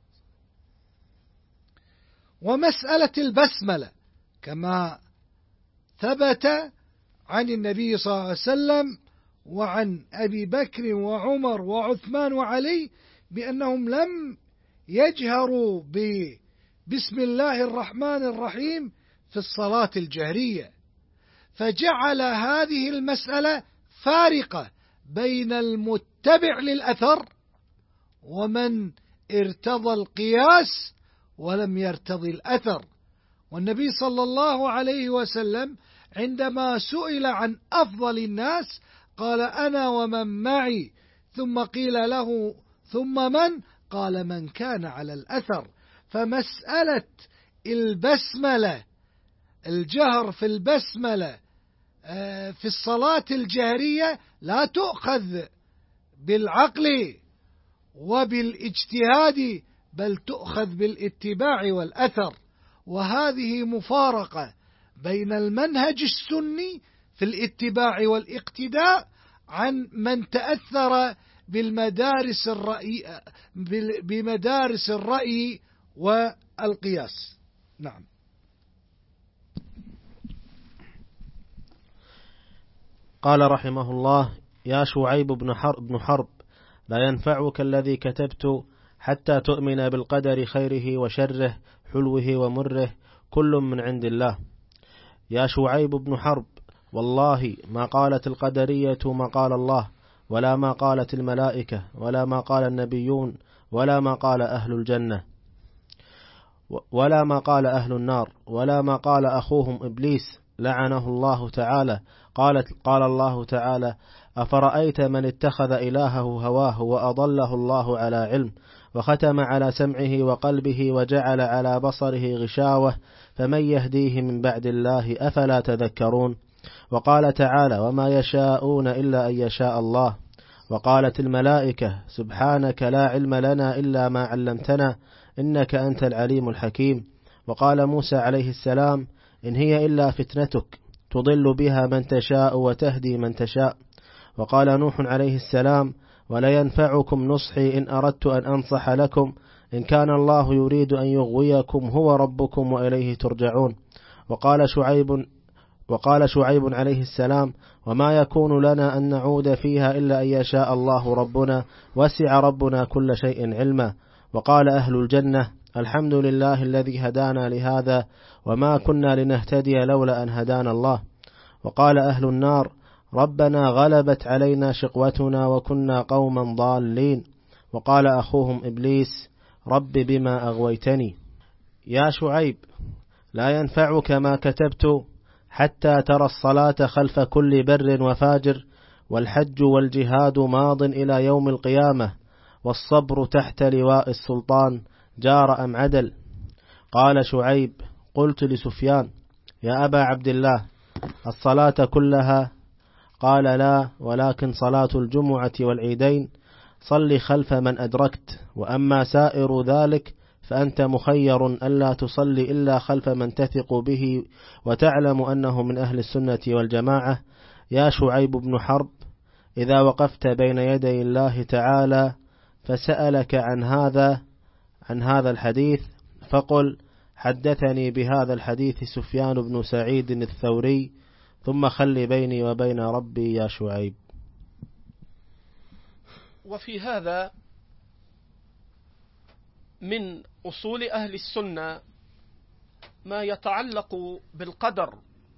ومسألة البسملة كما ثبت عن النبي صلى الله عليه وسلم وعن أبي بكر وعمر وعثمان وعلي بأنهم لم يجهروا بسم الله الرحمن الرحيم في الصلاة الجهرية، فجعل هذه المسألة فارقة بين المتبع للأثر ومن ارتضى القياس ولم يرتضي الأثر. والنبي صلى الله عليه وسلم عندما سئل عن أفضل الناس قال أنا ومن معي، ثم قيل له ثم من؟ قال من كان على الأثر. فمسألة البسملة، الجهر في البسملة في الصلاة الجهرية لا تؤخذ بالعقل وبالاجتهاد، بل تؤخذ بالاتباع والأثر. وهذه مفارقة بين المنهج السني في الاتباع والاقتداء عن من تأثر بالمدارس الرأي بمدارس الرأي والقياس. نعم. قال رحمه الله: يا شعيب بن حرب, بن حرب لا ينفعك الذي كتبت حتى تؤمن بالقدر خيره وشره حلوه ومره كل من عند الله. يا شعيب بن حرب، والله ما قالت القدرية ما قال الله، ولا ما قالت الملائكة، ولا ما قال النبيون، ولا ما قال أهل الجنة، ولا ما قال أهل النار، ولا ما قال أخوهم إبليس لعنه الله تعالى. قالت قال الله تعالى: أفرأيت من اتخذ إلهه هواه وأضله الله على علم وختم على سمعه وقلبه وجعل على بصره غشاوة فمن يهديه من بعد الله أفلا تذكرون. وقال تعالى: وما يشاءون إلا أن يشاء الله. وقالت الملائكة: سبحانك لا علم لنا إلا ما علمتنا إنك أنت العليم الحكيم. وقال موسى عليه السلام: إن هي إلا فتنتك تضل بها من تشاء وتهدي من تشاء. وقال نوح عليه السلام: ولا ينفعكم نصحي إن أردت أن أنصح لكم إن كان الله يريد أن يغويكم هو ربكم وإليه ترجعون. وقال شعيب وقال شعيب عليه السلام: وما يكون لنا أن نعود فيها إلا أن يشاء الله ربنا وسع ربنا كل شيء علما. وقال أهل الجنة: الحمد لله الذي هدانا لهذا وما كنا لنهتدي لولا أن هدانا الله. وقال أهل النار: ربنا غلبت علينا شقوتنا وكنا قوما ضالين. وقال أخوهم إبليس: رب بما أغويتني. يا شعيب، لا ينفعك ما كتبت حتى ترى الصلاة خلف كل بر وفاجر، والحج والجهاد ماض إلى يوم القيامة، والصبر تحت لواء السلطان جار أم عدل. قال شعيب: قلت لسفيان: يا أبا عبد الله، الصلاة كلها؟ قال: لا، ولكن صلاة الجمعة والعيدين صل خلف من أدركت، وأما سائر ذلك فأنت مخير ألا تصلي إلا خلف من تثق به وتعلم أنه من أهل السنة والجماعة. يا شعيب بن حرب، إذا وقفت بين يدي الله تعالى فسألك عن هذا عن هذا الحديث فقل: حدثني بهذا الحديث سفيان بن سعيد الثوري، ثم خل بيني وبين ربي يا شعيب. وفي هذا من أصول أهل السنة ما يتعلق بالقدر.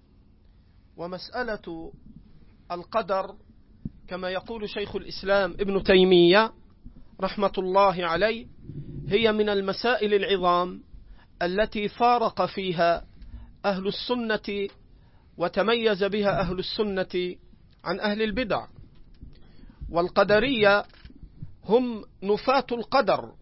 ومسألة القدر كما يقول شيخ الإسلام ابن تيمية رحمة الله عليه هي من المسائل العظام التي فارق فيها أهل السنة وتميز بها أهل السنة عن أهل البدع. والقدرية هم نفاة القدر،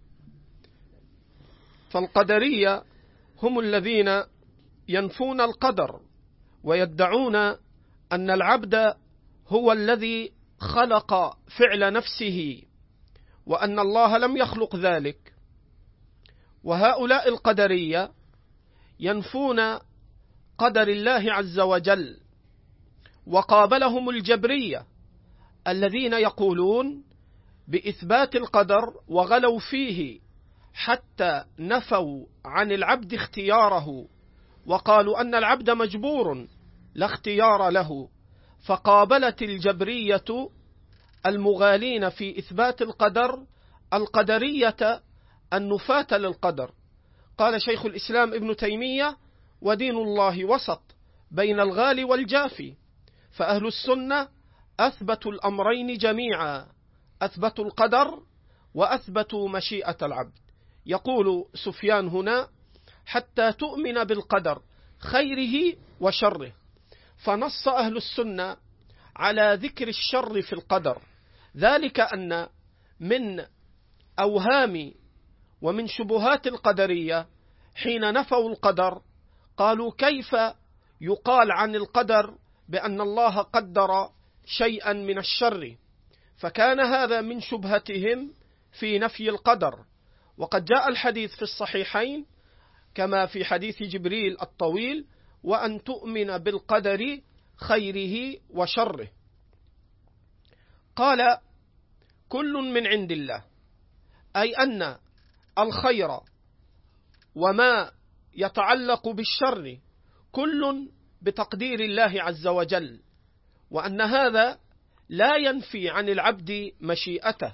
فالقدرية هم الذين ينفون القدر ويدعون أن العبد هو الذي خلق فعل نفسه وأن الله لم يخلق ذلك. وهؤلاء القدرية ينفون قدر الله عز وجل. وقابلهم الجبرية الذين يقولون بإثبات القدر وغلوا فيه حتى نفوا عن العبد اختياره، وقالوا أن العبد مجبور لا اختيار له. فقابلت الجبرية المغالين في إثبات القدر القدرية النفاة للقدر. قال شيخ الإسلام ابن تيمية: ودين الله وسط بين الغالي والجافي. فأهل السنة أثبتوا الأمرين جميعا، أثبتوا القدر وأثبتوا مشيئة العبد. يقول سفيان هنا: حتى تؤمن بالقدر خيره وشره. فنص أهل السنة على ذكر الشر في القدر، ذلك أن من أوهام ومن شبهات القدرية حين نفوا القدر قالوا: كيف يقال عن القدر بأن الله قدر شيئا من الشر؟ فكان هذا من شبهتهم في نفي القدر. وقد جاء الحديث في الصحيحين كما في حديث جبريل الطويل: وأن تؤمن بالقدر خيره وشره. قال: كل من عند الله، أي أن الخير وما يتعلق بالشر كل بتقدير الله عز وجل، وأن هذا لا ينفي عن العبد مشيئته.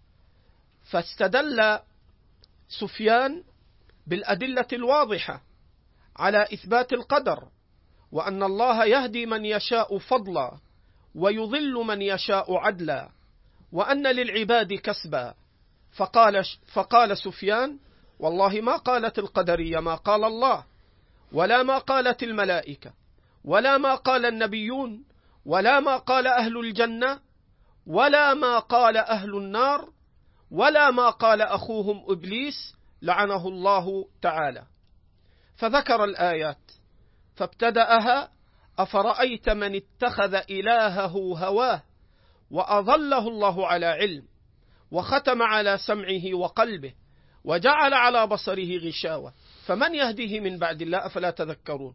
فاستدل سفيان بالأدلة الواضحة على إثبات القدر، وأن الله يهدي من يشاء فضلا ويضل من يشاء عدلا، وأن للعباد كسبا. فقال, فقال سفيان: والله ما قالت القدرية ما قال الله، ولا ما قالت الملائكة، ولا ما قال النبيون، ولا ما قال أهل الجنة، ولا ما قال أهل النار، ولا ما قال أخوهم إبليس لعنه الله تعالى. فذكر الآيات فابتدأها: أفرأيت من اتخذ إلهه هواه وأضله الله على علم وختم على سمعه وقلبه وجعل على بصره غشاوة فمن يهديه من بعد الله أفلا تذكرون.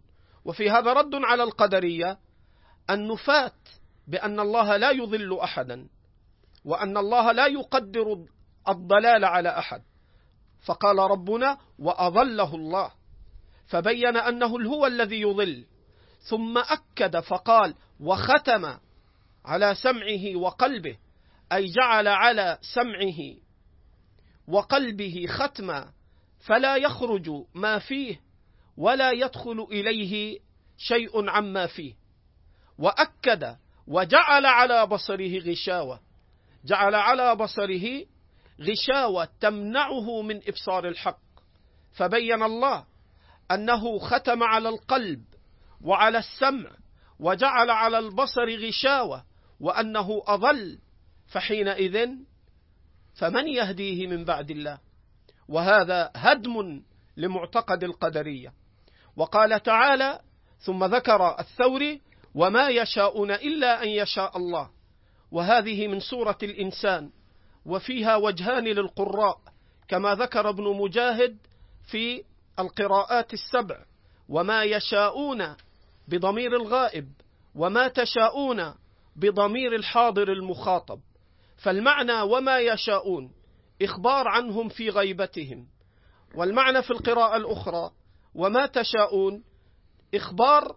وفي هذا رد على القدرية النفاة بأن الله لا يضل أحدا، وأن الله لا يقدر الضلال على أحد. فقال ربنا وأضله الله، فبين أنه هو الذي يضل، ثم أكد فقال وختم على سمعه وقلبه، أي جعل على سمعه وقلبه ختما فلا يخرج ما فيه ولا يدخل إليه شيء عما فيه. وأكد وجعل على بصره غشاوة، جعل على بصره غشاوة تمنعه من إبصار الحق. فبين الله أنه ختم على القلب وعلى السمع وجعل على البصر غشاوة، وأنه أضل. فحينئذ فمن يهديه من بعد الله؟ وهذا هدم لمعتقد القدرية. وقال تعالى ثم ذكر الثوري وما يشاءون إلا أن يشاء الله، وهذه من سورة الإنسان، وفيها وجهان للقراء كما ذكر ابن مجاهد في القراءات السبع، وما يشاءون بضمير الغائب، وما تشاءون بضمير الحاضر المخاطب. فالمعنى وما يشاءون إخبار عنهم في غيبتهم، والمعنى في القراءة الأخرى وما تشاءون إخبار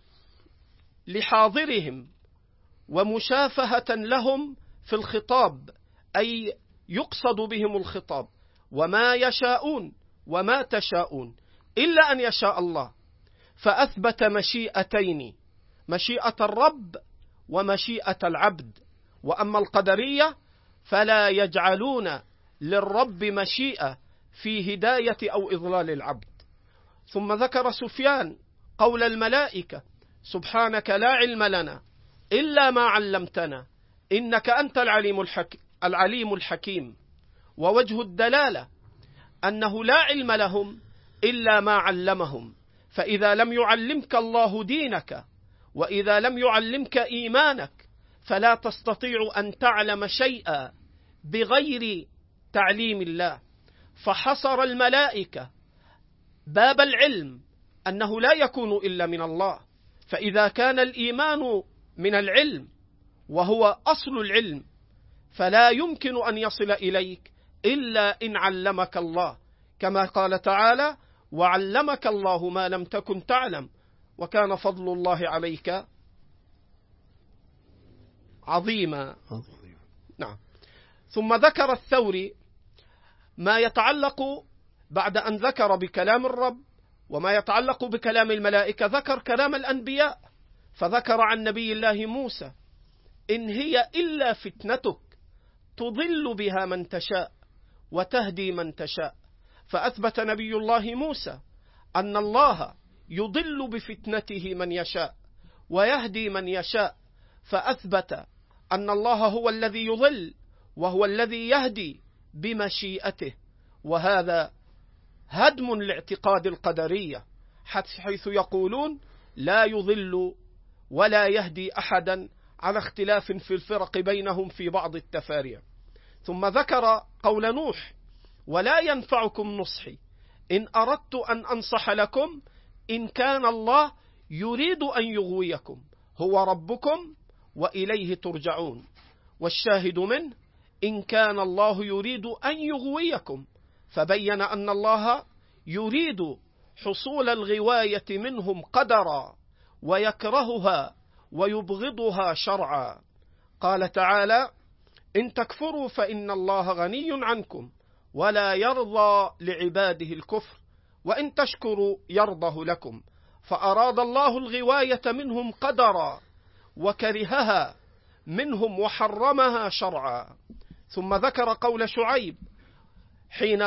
لحاضرهم ومشافهة لهم في الخطاب، أي يقصد بهم الخطاب. وما يشاءون وما تشاءون إلا أن يشاء الله، فأثبت مشيئتين، مشيئة الرب ومشيئة العبد. وأما القدرية فلا يجعلون للرب مشيئة في هداية أو إضلال العبد. ثم ذكر سفيان قول الملائكة سبحانك لا علم لنا إلا ما علمتنا إنك أنت العليم الحكيم, العليم الحكيم. ووجه الدلالة أنه لا علم لهم إلا ما علمهم، فإذا لم يعلمك الله دينك وإذا لم يعلمك إيمانك فلا تستطيع أن تعلم شيئا بغير تعليم الله. فحصر الملائكة باب العلم أنه لا يكون إلا من الله، فإذا كان الإيمان من العلم وهو أصل العلم فلا يمكن أن يصل إليك إلا إن علمك الله، كما قال تعالى وعلمك الله ما لم تكن تعلم وكان فضل الله عليك عظيما. نعم. ثم ذكر الثوري ما يتعلق بعد أن ذكر بكلام الرب وما يتعلق بكلام الملائكة، ذكر كلام الأنبياء، فذكر عن نبي الله موسى إن هي إلا فتنتك تضل بها من تشاء وتهدي من تشاء. فأثبت نبي الله موسى أن الله يضل بفتنته من يشاء ويهدي من يشاء، فأثبت أن الله هو الذي يضل وهو الذي يهدي بمشيئته. وهذا هدم لاعتقاد القدرية، حيث يقولون لا يضل ولا يهدي أحدا على اختلاف في الفرق بينهم في بعض التفاريع. ثم ذكر قول نوح ولا ينفعكم نصحي إن أردت أن أنصح لكم إن كان الله يريد أن يغويكم هو ربكم وإليه ترجعون. والشاهد منه إن كان الله يريد أن يغويكم، فبين أن الله يريد حصول الغواية منهم قدرا ويكرهها ويبغضها شرعا. قال تعالى إن تكفروا فإن الله غني عنكم ولا يرضى لعباده الكفر وإن تشكروا يرضه لكم. فأراد الله الغواية منهم قدرا وكرهها منهم وحرمها شرعا. ثم ذكر قول شعيب حين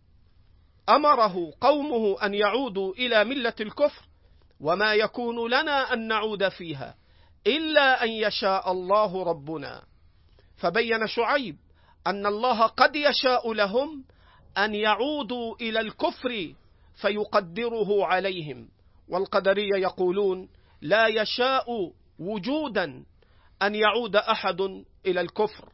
أمره قومه أن يعودوا إلى ملة الكفر وما يكون لنا أن نعود فيها إلا أن يشاء الله ربنا. فبين شعيب أن الله قد يشاء لهم أن يعودوا إلى الكفر فيقدره عليهم، والقدرية يقولون لا يشاء وجودا أن يعود أحد إلى الكفر.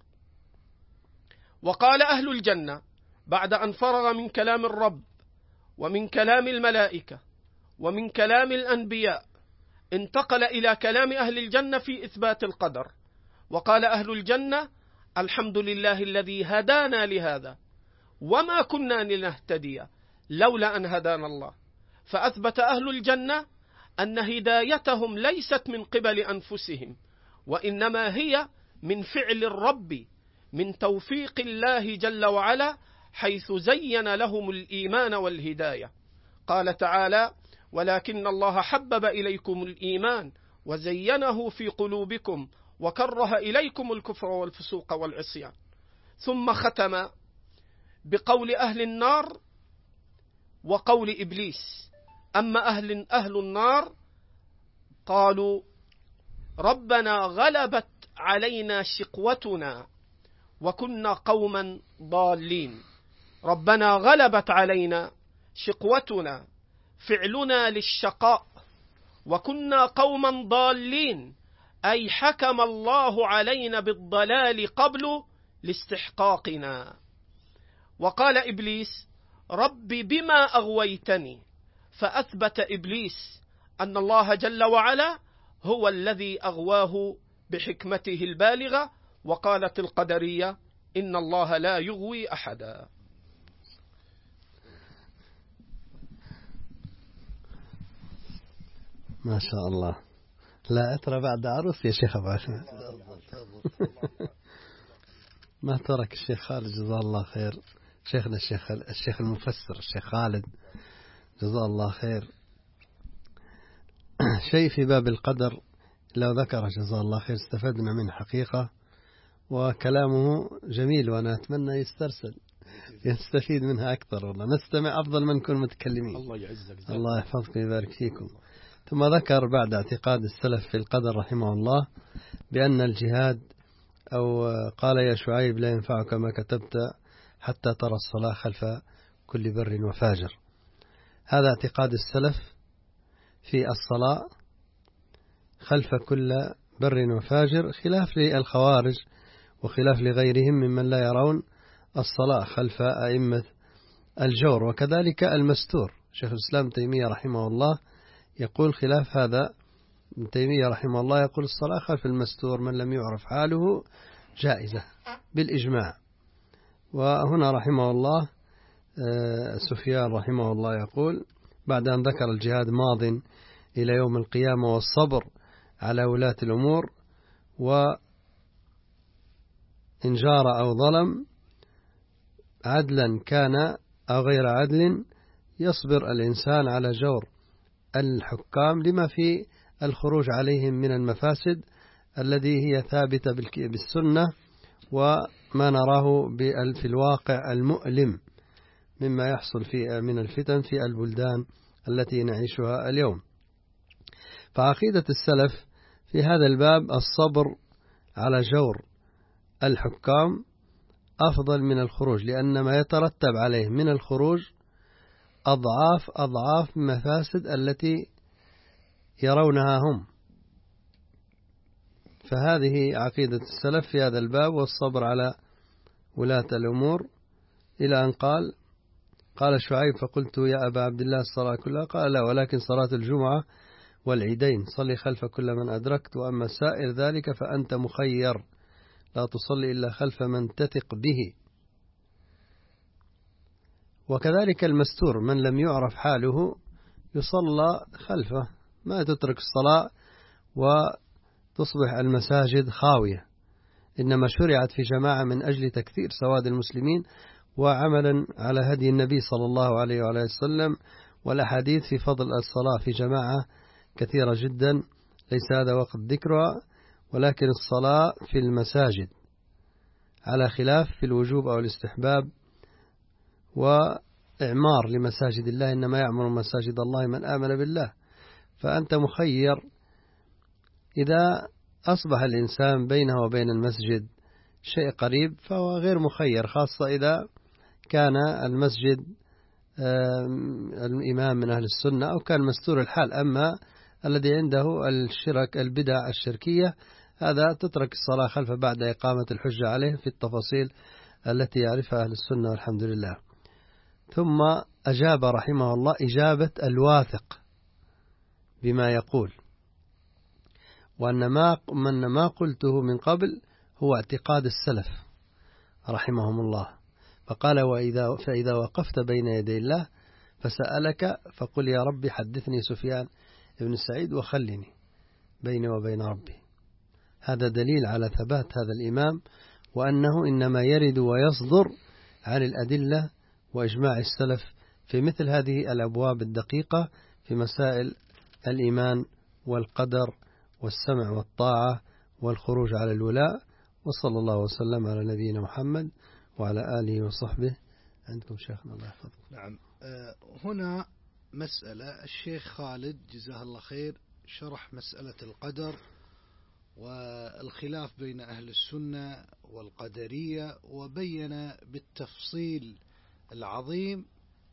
وقال أهل الجنة بعد أن فرغ من كلام الرب ومن كلام الملائكة ومن كلام الأنبياء انتقل إلى كلام أهل الجنة في إثبات القدر، وقال أهل الجنة: الحمد لله الذي هدانا لهذا وما كنا لنهتدي لولا أن هدانا الله. فأثبت أهل الجنة أن هدايتهم ليست من قبل أنفسهم، وإنما هي من فعل الرب، من توفيق الله جل وعلا، حيث زين لهم الإيمان والهداية. قال تعالى: ولكن الله حبب إليكم الإيمان وزينه في قلوبكم وكره إليكم الكفر والفسوق والعصيان. ثم ختم بقول أهل النار وقول إبليس. أما أهل, أهل النار قالوا: ربنا غلبت علينا شقوتنا وكنا قوما ضالين. ربنا غلبت علينا شقوتنا، فعلنا للشقاء، وكنا قوما ضالين، أي حكم الله علينا بالضلال قبل لاستحقاقنا. وقال إبليس: رب بما أغويتني، فأثبت إبليس أن الله جل وعلا هو الذي أغواه بحكمته البالغة. وقالت القدرية: إن الله لا يغوي أحدا. ما شاء الله. لا أترى بعد عروس يا شيخ أبو عثمان. ما ترك الشيخ خالد جزاه الله خير، شيخنا الشيخ الشيخ المفسر الشيخ خالد جزاه الله خير شيء في باب القدر لو ذكر جزاه الله خير استفدنا منه حقيقة، وكلامه جميل، وأنا أتمنى يسترسل يستفيد منها أكثر. والله نستمع أفضل من نكون متكلمين. الله يعزك، الله يحفظكم ويبارك فيكم. ثم ذكر بعد اعتقاد السلف في القدر رحمه الله بأن الجهاد، أو قال: يا شعيب لا ينفعك ما كتبت حتى ترى الصلاة خلف كل بر وفاجر. هذا اعتقاد السلف في الصلاة خلف كل بر وفاجر، خلاف للخوارج وخلاف لغيرهم ممن لا يرون الصلاة خلف أئمة الجور. وكذلك المستور، شيخ الإسلام تيمية رحمه الله يقول خلاف هذا. ابن تيمية رحمه الله يقول: الصلاة خلف المستور من لم يعرف حاله جائزة بالإجماع. وهنا رحمه الله سفيان رحمه الله يقول بعد أن ذكر الجهاد ماض إلى يوم القيامة والصبر على ولاة الأمور، وإن جار أو ظلم عدلا كان أو غير عدل يصبر الإنسان على جور الحكام لما في الخروج عليهم من المفاسد الذي هي ثابتة بالسنة، وما نراه في الواقع المؤلم مما يحصل في من الفتن في البلدان التي نعيشها اليوم. فعقيدة السلف في هذا الباب الصبر على جور الحكام أفضل من الخروج، لأن ما يترتب عليه من الخروج أضعاف أضعاف مفاسد التي يرونها هم. فهذه عقيدة السلف في هذا الباب، والصبر على ولاة الأمور. إلى أن قال قال شعيب: فقلت يا أبا عبد الله الصلاة كلها؟ قال: لا، ولكن صلاة الجمعة والعيدين صلي خلف كل من أدركت، وأما سائر ذلك فأنت مخير، لا تصلي إلا خلف من تثق به. وكذلك المستور من لم يعرف حاله يصلى خلفه، ما تترك الصلاة وتصبح المساجد خاوية، إنما شرعت في جماعة من أجل تكثير سواد المسلمين وعملا على هدي النبي صلى الله عليه وعلى وسلم. والأحاديث في فضل الصلاة في جماعة كثيرة جدا، ليس هذا وقت ذكرها، ولكن الصلاة في المساجد على خلاف في الوجوب أو الاستحباب وإعمار لمساجد الله، إنما يعمر مساجد الله من آمن بالله. فأنت مخير إذا أصبح الإنسان بينه وبين المسجد شيء قريب، فهو غير مخير، خاصة إذا كان المسجد الإمام من أهل السنة أو كان مستور الحال. أما الذي عنده الشرك البدع الشركية هذا تترك الصلاة خلفه بعد إقامة الحجة عليه في التفاصيل التي يعرفها أهل السنة والحمد لله. ثم أجاب رحمه الله إجابة الواثق بما يقول، وأن ما, من ما قلته من قبل هو اعتقاد السلف رحمهم الله. فقال وإذا فإذا وقفت بين يدي الله فسألك فقل يا ربي حدثني سفيان بن سعيد وخلني بيني وبين ربي. هذا دليل على ثبات هذا الإمام، وأنه إنما يرد ويصدر عن الأدلة وإجماع السلف في مثل هذه الأبواب الدقيقة في مسائل الإيمان والقدر والسمع والطاعة والخروج على الولاء. وصلى الله وسلم على نبينا محمد وعلى آله وصحبه. عندكم شيخنا الله يحفظكم. نعم، هنا مسألة الشيخ خالد جزاه الله خير شرح مسألة القدر والخلاف بين أهل السنة والقدرية، وبين بالتفصيل العظيم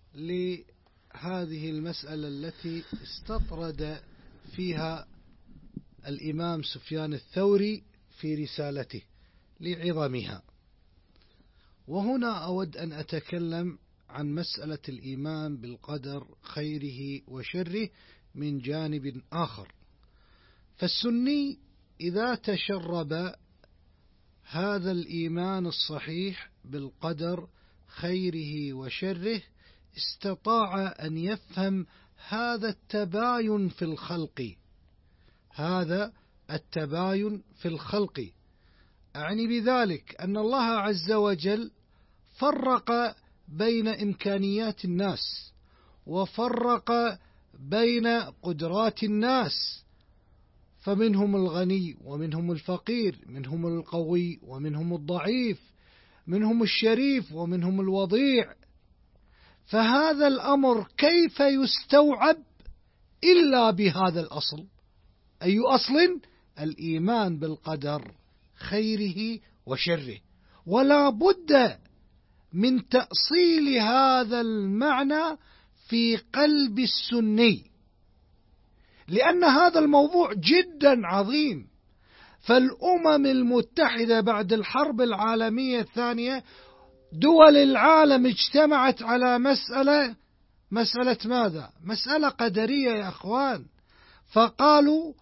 لهذه المسألة التي استطرد فيها الإمام سفيان الثوري في رسالته لعظمها. وهنا أود أن أتكلم عن مسألة الإيمان بالقدر خيره وشره من جانب آخر. فالسني إذا تشرب هذا الإيمان الصحيح بالقدر خيره وشره استطاع أن يفهم هذا التباين في الخلق هذا التباين في الخلق أعني بذلك أن الله عز وجل فرق بين إمكانيات الناس وفرق بين قدرات الناس، فمنهم الغني ومنهم الفقير، منهم القوي ومنهم الضعيف، منهم الشريف ومنهم الوضيع. فهذا الأمر كيف يستوعب إلا بهذا الأصل؟ أي أصل؟ الإيمان بالقدر خيره وشره. ولا بد من تأصيل هذا المعنى في قلب السني، لأن هذا الموضوع جدا عظيم. فالأمم المتحدة بعد الحرب العالمية الثانية دول العالم اجتمعت على مسألة مسألة ماذا؟ مسألة قدرية يا أخوان. فقالوا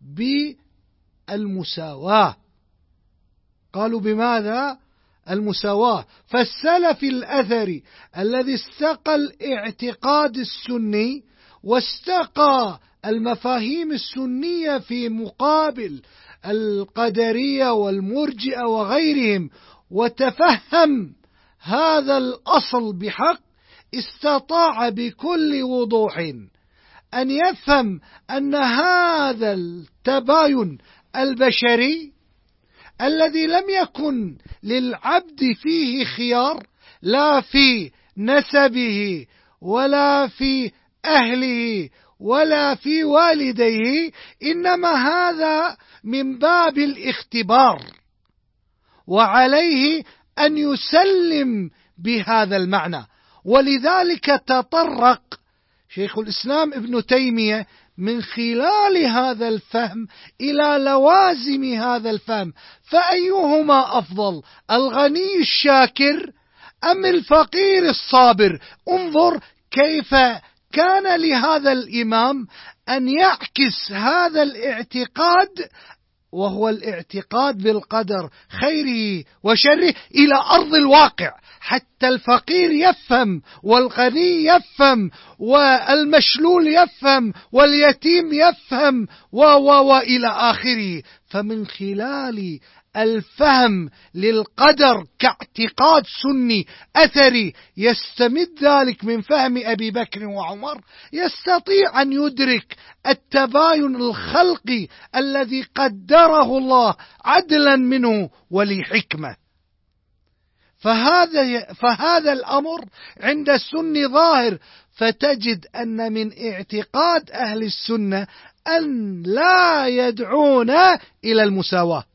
بالمساواة. قالوا بماذا؟ المساواة. فالسلف الأثري الذي استقى الاعتقاد السني واستقى المفاهيم السنية في مقابل القدرية والمرجئة وغيرهم وتفهم هذا الأصل بحق، استطاع بكل وضوح أن يفهم أن هذا التباين البشري الذي لم يكن للعبد فيه خيار، لا في نسبه ولا في أهله ولا في والديه، إنما هذا من باب الاختبار، وعليه أن يسلم بهذا المعنى. ولذلك تطرق شيخ الإسلام ابن تيمية من خلال هذا الفهم إلى لوازم هذا الفهم. فأيهما أفضل، الغني الشاكر أم الفقير الصابر؟ انظر كيف كان لهذا الإمام أن يعكس هذا الاعتقاد، وهو الاعتقاد بالقدر خيره وشره، إلى أرض الواقع، حتى الفقير يفهم والغني يفهم والمشلول يفهم واليتيم يفهم و و وإلى آخره. فمن خلال الفهم للقدر كاعتقاد سني أثري يستمد ذلك من فهم أبي بكر وعمر، يستطيع أن يدرك التباين الخلقي الذي قدره الله عدلا منه ولحكمة. فهذا, فهذا الأمر عند السني ظاهر. فتجد أن من اعتقاد أهل السنة أن لا يدعون إلى المساواة،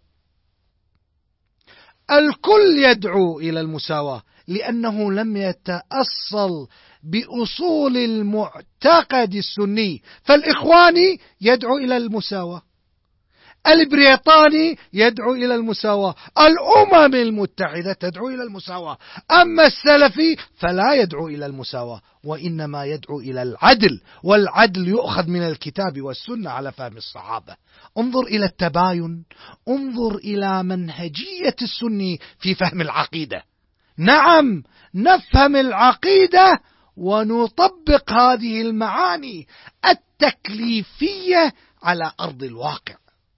الكل يدعو إلى المساواة، لأنه لم يتأصل بأصول المعتقد السني. فالإخواني يدعو إلى المساواة، البريطاني يدعو إلى المساواة، الأمم المتحدة تدعو إلى المساواة، أما السلفي فلا يدعو إلى المساواة، وإنما يدعو إلى العدل، والعدل يؤخذ من الكتاب والسنة على فهم الصحابة. انظر إلى التباين، انظر إلى منهجية السني في فهم العقيدة. نعم، نفهم العقيدة ونطبق هذه المعاني التكليفية على أرض الواقع،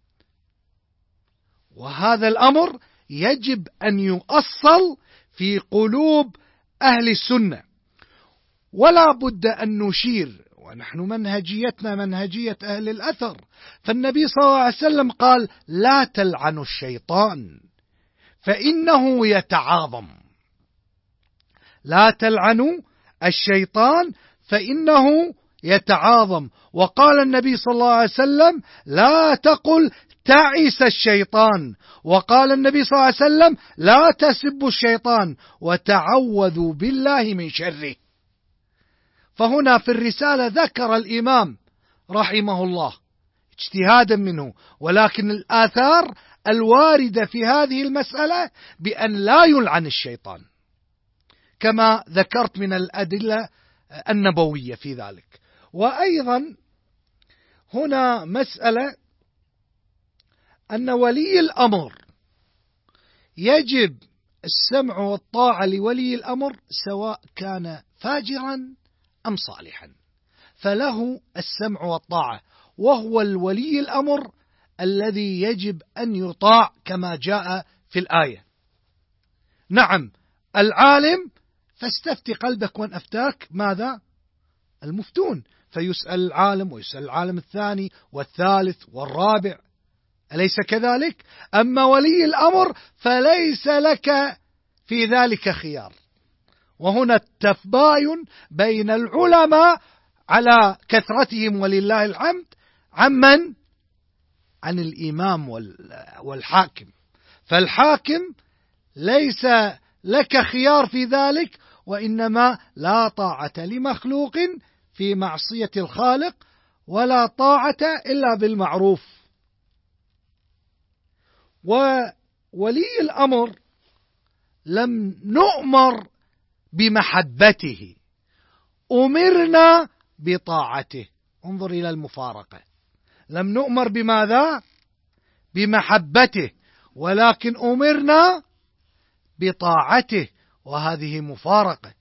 وهذا الأمر يجب أن يؤصل في قلوب أهل السنة. ولا بد أن نشير، ونحن منهجيتنا منهجية أهل الأثر، فالنبي صلى الله عليه وسلم قال: لا تلعنوا الشيطان فإنه يتعاظم. لا تلعنوا الشيطان فإنه يتعاظم. وقال النبي صلى الله عليه وسلم: لا تقل تعس الشيطان. وقال النبي صلى الله عليه وسلم: لا تسبوا الشيطان وتعوذوا بالله من شره. فهنا في الرسالة ذكر الإمام رحمه الله اجتهادا منه، ولكن الآثار الواردة في هذه المسألة بأن لا يلعن الشيطان، كما ذكرت من الأدلة النبوية في ذلك. وأيضا هنا مسألة أن ولي الأمر يجب السمع والطاعة لولي الأمر سواء كان فاجرا أم صالحا، فله السمع والطاعة، وهو الولي الأمر الذي يجب أن يطاع كما جاء في الآية. نعم، العالم فاستفتي قلبك وان أفتاك ماذا؟ المفتون، فيسأل العالم ويسأل العالم الثاني والثالث والرابع، أليس كذلك؟ أما ولي الأمر فليس لك في ذلك خيار. وهنا التباين بين العلماء على كثرتهم ولله الحمد عمن عن الإمام والحاكم، فالحاكم ليس لك خيار في ذلك، وإنما لا طاعة لمخلوق في معصية الخالق، ولا طاعة إلا بالمعروف. وولي الأمر لم نؤمر بمحبته، أمرنا بطاعته. انظر إلى المفارقة، لم نؤمر بماذا؟ بمحبته، ولكن أمرنا بطاعته، وهذه مفارقة،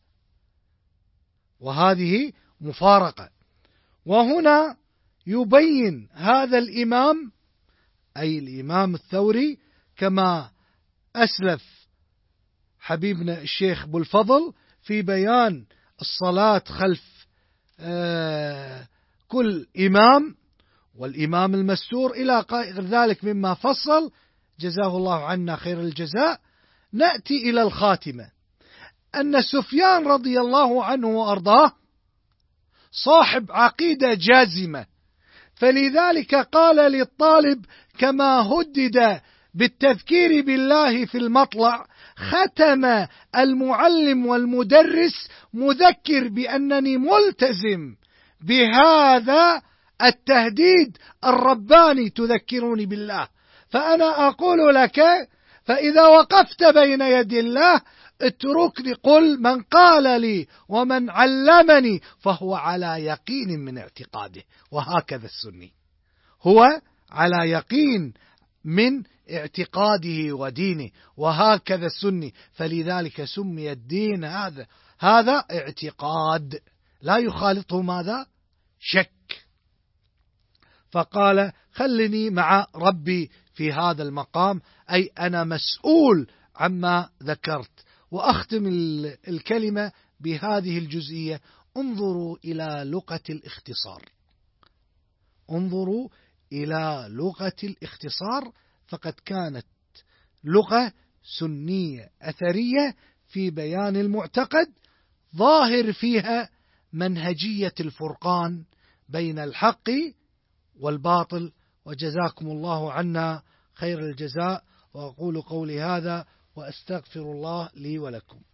وهذه مفارقة. وهنا يبين هذا الإمام، أي الإمام الثوري، كما أسلف حبيبنا الشيخ أبو الفضل في بيان الصلاة خلف آه كل إمام، والإمام المستور إلى غير ذلك مما فصل، جزاه الله عنا خير الجزاء. نأتي إلى الخاتمة، أن سفيان رضي الله عنه وأرضاه صاحب عقيدة جازمة، فلذلك قال للطالب كما هدد بالتذكير بالله في المطلع: ختم المعلم والمدرس مذكر بأنني ملتزم بهذا التهديد الرباني تذكرني بالله، فأنا أقول لك فإذا وقفت بين يدي الله اتركني، قل من قال لي ومن علمني فهو على يقين من اعتقاده. وهكذا السني هو على يقين من اعتقاده ودينه، وهكذا السني، فلذلك سمي الدين هذا هذا اعتقاد لا يخالطه ماذا؟ شك. فقال: خلني مع ربي في هذا المقام، أي أنا مسؤول عما ذكرت. وأختم الكلمة بهذه الجزئية: انظروا إلى لغة الاختصار، انظروا إلى لغة الاختصار، فقد كانت لغة سنية أثرية في بيان المعتقد، ظاهر فيها منهجية الفرقان بين الحق والباطل. وجزاكم الله عنا خير الجزاء، وأقول قولي هذا وأستغفر الله لي ولكم.